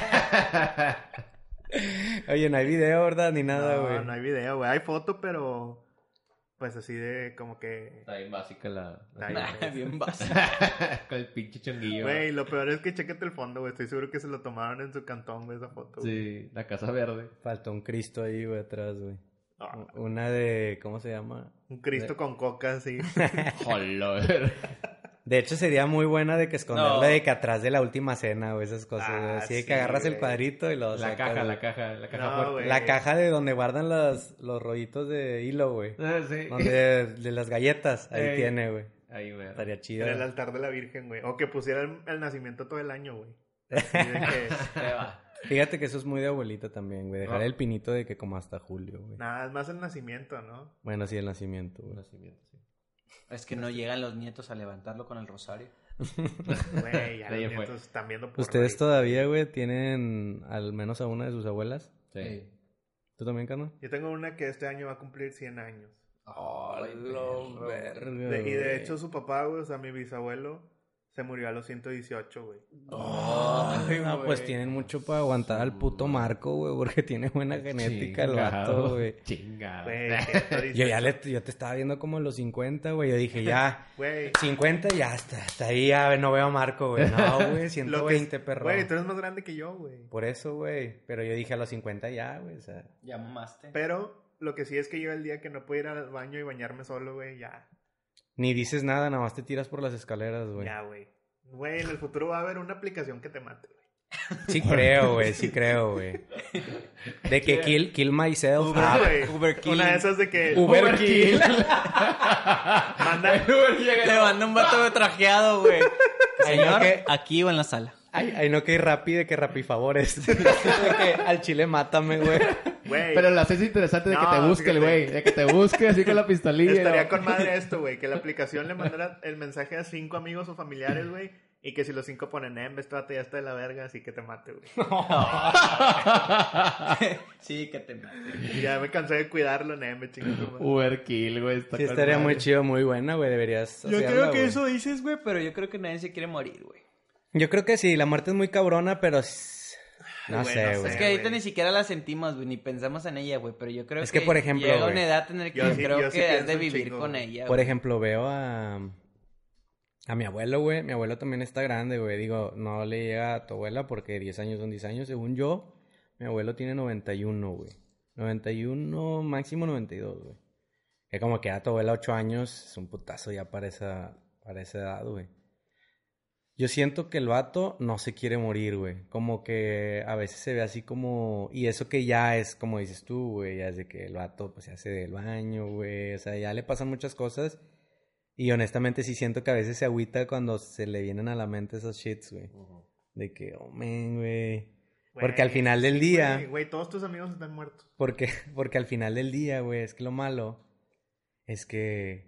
Oye, no hay video, ¿verdad? Ni nada, güey.
No, no hay video, güey. Hay foto, pero pues así de como que...
Está bien básica la... la
Ay,
fiesta.
güey.
Bien básico.
Con el pinche chonguillo.
Güey, lo peor es que chécate el fondo, güey. Estoy seguro que se lo tomaron en su cantón, güey, esa foto. güey.
Sí, la casa verde.
Faltó un Cristo ahí, güey, atrás, güey.
Ah,
Una de, ¿cómo se llama?
un Cristo con coca, así.
Joder.
De hecho, sería muy buena de que esconderla
No.
de que atrás de la última cena o esas cosas, güey.
Ah,
Así de que
sí,
agarras el
güey.
cuadrito y lo
La
sacas,
caja,
güey.
la caja, la caja
No,
fuerte.
güey.
La caja de donde guardan los, los rollitos de hilo, güey.
Ah, sí.
Donde, de las galletas. Ahí
Ey.
tiene, güey.
Ahí, güey.
Estaría chido.
En el altar de la Virgen, güey. O que pusiera el, el nacimiento todo el año, güey. Así de que...
Ahí va.
Fíjate que eso es muy de abuelita también, güey. Dejar
No.
el pinito de que como hasta julio, güey.
Nada, es más el nacimiento, ¿no?
Bueno, sí, el nacimiento, güey.
Nacimiento, sí.
Es que no llegan los nietos a levantarlo con el rosario.
Güey, ya
Ahí
los
fue.
nietos están viendo por
¿Ustedes todavía, güey, tienen al menos a una de sus abuelas?
Sí.
¿Tú también, carnal?
Yo tengo una que este año va a cumplir cien años.
Ay,
lo
perro.
verga,
De- y de
güey.
hecho su papá, güey, o sea, mi bisabuelo, se murió a los ciento dieciocho, güey.
Ay, no,
güey.
pues tienen mucho para aguantar al puto Marco, güey, porque tiene buena genética el vato,
Chingado,
güey.
Chingado.
Güey, ciento dieciocho.
Yo ya le, yo te estaba viendo como los cincuenta, güey. Yo dije, ya,
Güey,
cincuenta ya hasta, hasta ahí ya no veo a Marco, güey. No, güey,
lo
ciento
que
veinte,
es-
perro.
Güey, tú eres más grande que yo, güey.
Por eso, güey. Pero yo dije a los cincuenta ya, güey, o sea.
Ya mamaste.
Pero lo que sí es que yo el día que no puedo ir al baño y bañarme solo, güey, ya.
Ni dices nada, nada más te tiras por las escaleras, güey.
Ya, güey. Güey, en el futuro va a haber una aplicación que te mate, güey.
Sí creo, güey, sí creo, güey. De que kill, kill myself.
Uber,
Ah,
güey.
Uber Kill.
Una de esas de que
Uber kill.
manda,
Le manda un vato trajeado, güey.
Ay, no,
Señor,
que-
aquí o en la sala.
Ay, ay, no que Rappi, de que Rappi favores. De que al chile mátame, güey.
güey.
Pero lo haces interesante de que
No,
te busque el
fíjate.
güey. De que te busque así con la pistolilla.
Estaría
¿no?
con madre esto, güey. Que la aplicación le mandara el mensaje a cinco amigos o familiares, güey. Y que si los cinco ponen, eh, este vato ya está de la verga, así que te mate, güey.
Sí, que te mate.
Y ya me cansé de cuidarlo, eh, me chingo tu madre.
Uber kill, güey. está
Sí,
con
estaría muy
madre.
chido, muy buena, güey. Deberías
Yo
hacerla,
creo que
güey.
eso dices, güey, pero yo creo que nadie se quiere morir, güey.
Yo creo que sí, la muerte es muy cabrona, pero... s- No
güey,
sé,
no
güey.
sé.
Es que ahorita
güey.
ni siquiera la sentimos, güey, ni pensamos en ella, güey, pero yo creo
Es
que...
que, por ejemplo,
llega
güey,
una edad en la que
yo
yo
sí-
creo
yo sí
que has
pienso
de
un
vivir
chingo,
con
güey.
ella,
Por
güey.
ejemplo, veo a... A mi abuelo, güey. Mi abuelo también está grande, güey. Digo, no le llega a tu abuela porque diez años son diez años. Según yo, mi abuelo tiene noventa y uno, güey. noventa y uno, máximo noventa y dos, güey. Que como que a tu abuela ocho años es un putazo ya para esa, para esa edad, güey. Yo siento que el vato no se quiere morir, güey. Como que a veces se ve así como... Y eso que ya es, como dices tú, güey. Ya es de que el vato pues se hace del baño, güey. O sea, ya le pasan muchas cosas. Y honestamente sí siento que a veces se agüita cuando se le vienen a la mente esos shits, güey.
Ujú.
De que, oh, man, güey.
Güey,
Porque al final del
sí,
día...
Güey, güey, todos tus amigos están muertos.
Porque, porque al final del día, güey, es que lo malo es que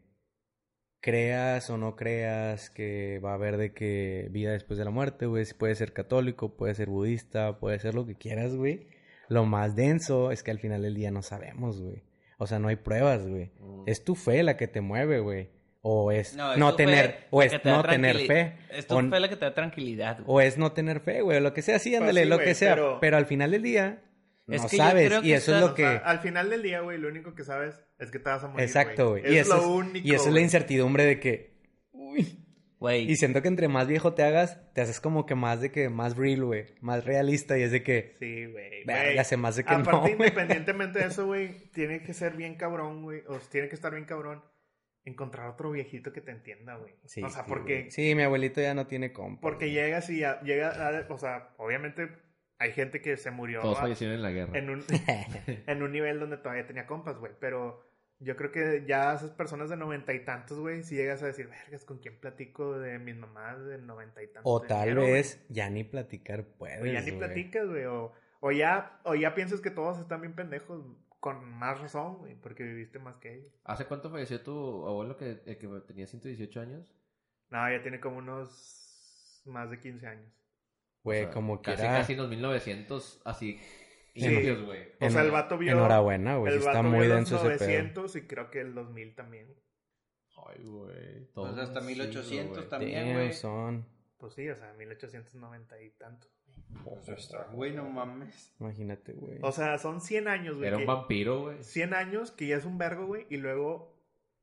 creas o no creas que va a haber de que vida después de la muerte, güey. Puede ser católico, puede ser budista, puede ser lo que quieras, güey. Lo más denso es que al final del día no sabemos, güey. O sea, no hay pruebas, güey.
Mm.
Es tu fe la que te mueve, güey. O es no,
es tu fe
tener, o
la
es
que te da
no tener
tranquili-
fe.
Es tu
o,
fe la que te da tranquilidad, güey.
o es no tener fe, güey. O lo que sea, sí, ándale,
sí,
lo
güey,
que sea.
pero-
Pero... al final del día,
Es
no
que yo
sabes.
creo que
Y eso es
está-
lo
O
que...
sea, al final del día, güey, lo único que sabes es que te vas a morir.
Exacto, güey.
Es
Y eso
lo
es,
único.
y eso es la
güey.
incertidumbre de que... Uy.
Güey.
Y siento que entre más viejo te hagas, te haces como que más de que... Más real, güey. Más realista. Y es de que...
Sí, güey.
Verga,
güey.
se me hace que
Aparte,
no, güey.
independientemente de eso, güey, tiene que ser bien cabrón, güey. O sea, tiene que estar bien cabrón encontrar otro viejito que te entienda, güey.
Sí,
o sea,
sí,
porque...
güey. Sí, mi abuelito ya no tiene compa.
Porque
güey.
llegas y ya, llega a- o sea, obviamente hay gente que se murió
Todos
a-
fallecieron en la guerra.
en un en un nivel donde todavía tenía compas, güey, pero yo creo que ya esas personas de noventa y tantos, güey, si llegas a decir, vergas, ¿con quién platico de mis mamás de noventa y tantos?
O
de
tal
enero,
vez ya ni platicar puedes,
güey? O ya ni
güey.
platicas, güey, o, o ya o ya piensas que todos están bien pendejos, con más razón, güey, porque viviste más que ellos.
¿Hace cuánto falleció tu abuelo que, el que tenía ciento dieciocho años?
No, ya tiene como unos más de quince años.
Güey,
O sea,
como que
casi,
era...
casi en los mil novecientos, así,
Sí.
limpios, güey.
O sea, el vato vio
Enhorabuena, güey.
el
Sí está
vato
muy
vio
denso
los
ese pedo.
novecientos y creo que el dos mil también.
Ay, güey.
Pues
todo
hasta
un
mil ochocientos
siglo,
también.
Damn,
güey.
son...
Pues sí, o sea, mil ochocientos noventa y tantos.
Güey, no mames.
Imagínate, güey.
O sea, son cien años,
güey.
güey.
Era un
que-
vampiro, güey.
cien años, que ya es un vergo, güey. Y luego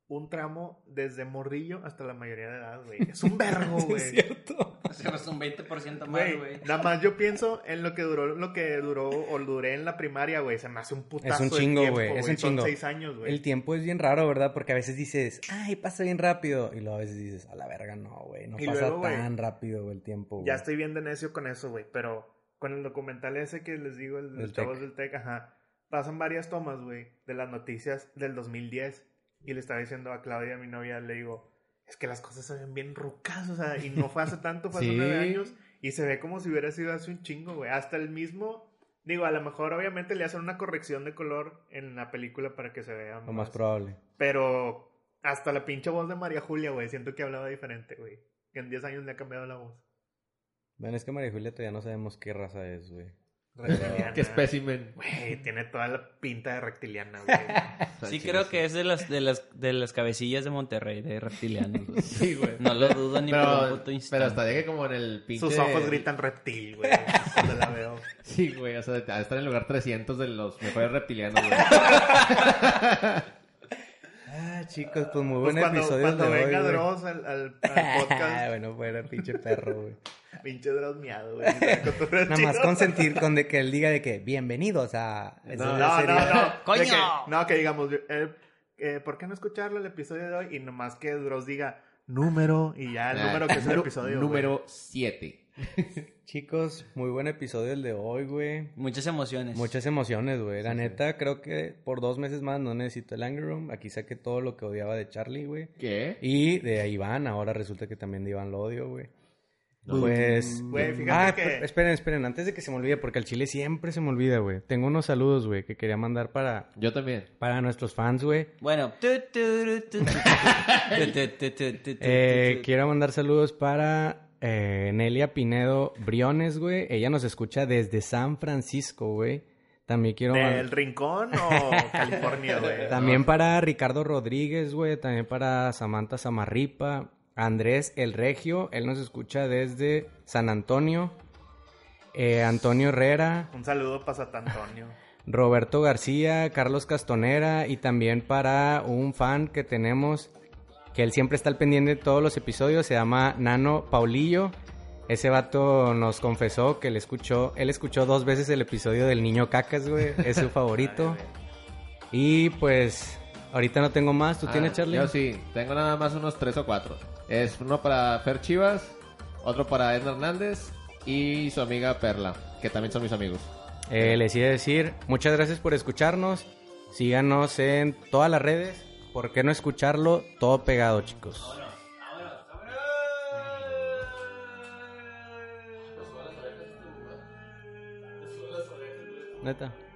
un tramo desde morrillo hasta la mayoría de edad, güey. Es un vergo,
Sí,
güey.
es cierto.
O sea, es un veinte por ciento más,
Güey,
güey.
nada más yo pienso en lo que duró, lo que duró o duré en la primaria, güey. Se me hace un putazo
Es un
de
chingo,
tiempo,
güey. Es un
Son
chingo.
seis años, güey.
El tiempo es bien raro, ¿verdad? Porque a veces dices, ay, pasa bien rápido. Y luego a veces dices, a la verga, no, güey. No
Y
pasa
luego, güey,
tan rápido güey, el tiempo, güey.
Ya estoy bien de necio con eso, güey. Pero con el documental ese que les digo, el de
Del
los chavos
Tec.
del Tec, ajá. Pasan varias tomas, güey, de las noticias del dos mil diez. Y le estaba diciendo a Claudia, mi novia, le digo, es que las cosas se ven bien rucas, o sea, y no fue hace tanto, fue hace
Sí.
nueve años. Y se ve como si hubiera sido hace un chingo, güey. Hasta el mismo, digo, a lo mejor obviamente le hacen una corrección de color en la película para que se vea
Lo más probable.
Pero hasta la pinche voz de María Julia, güey, siento que hablaba diferente, güey. Que en diez años le ha cambiado la voz.
Bueno, es que María Julia todavía no sabemos qué raza es, güey.
Reptiliana.
Qué espécimen.
Güey, tiene toda la pinta de reptiliana, güey.
Sí, creo que es de las, de las, de las cabecillas de Monterrey, de reptilianos. güey.
Sí, güey.
No lo dudo ni por un
Pero,
puto instante.
pero hasta llegue como en el pinche...
Sus ojos gritan reptil, güey. Cuando la veo.
Sí, güey, o sea, ha de estar en el lugar trescientos de los mejores reptilianos, güey.
Ah, chicos, pues muy
Pues
buen
cuando,
episodio
cuando
de hoy,
venga
güey.
Dross al, al, al podcast,
bueno, fuera pinche perro, güey.
pinche Dross miado, güey. Con todo el
Nada más
chido.
consentir con de que él diga de que bienvenidos a... Eso
No,
ya
no,
sería-
no.
¡Coño!
De que, no, que digamos, eh, eh, ¿por qué no escucharlo el episodio de hoy? Y nomás que Dross diga número y ya el
Ah,
número que es el
número-
episodio. güey.
Número siete.
Chicos, muy buen episodio el de hoy, güey.
Muchas emociones.
Muchas emociones, güey. La
Sí,
neta, creo que por dos meses más no necesito el Anger Room. Aquí saqué todo lo que odiaba de Charlie, güey.
¿Qué?
Y de Iván, ahora resulta que también de Iván lo odio, güey.
No.
Pues...
Güey, fíjate
Ah,
que-
pero- esperen, esperen, antes de que se me olvide, porque al chile siempre se me olvida, güey. Tengo unos saludos, güey, que quería mandar para,
Yo también.
para nuestros fans, güey.
Bueno. Tu, tu, tu, tu, tu, tu, tu, tu, tu, tu,
Eh,
tu.
quiero mandar saludos para eh, Nelia Pinedo Briones, güey. Ella nos escucha desde San Francisco, güey. También quiero
¿Del
mandar...
Rincón o California, güey?
También para Ricardo Rodríguez, güey. También para Samantha Samarripa. Andrés El Regio. Él nos escucha desde San Antonio. Eh, Antonio Herrera.
Un saludo para Santa Antonio.
Roberto García. Carlos Castonera. Y también para un fan que tenemos, que él siempre está al pendiente de todos los episodios. Se llama Nano Paulillo. Ese vato nos confesó que él escuchó, él escuchó dos veces el episodio del niño cacas, güey. Es su favorito. Y pues, ahorita no tengo más. ¿Tú
Ah,
tienes, Charlie?
Yo sí, tengo nada más unos tres o cuatro. Es uno para Fer Chivas, otro para Edna Hernández y su amiga Perla, que también son mis amigos.
Eh, les iba a decir, muchas gracias por escucharnos. Síganos en todas las redes. ¿Por qué no escucharlo? Todo pegado, chicos. Neta.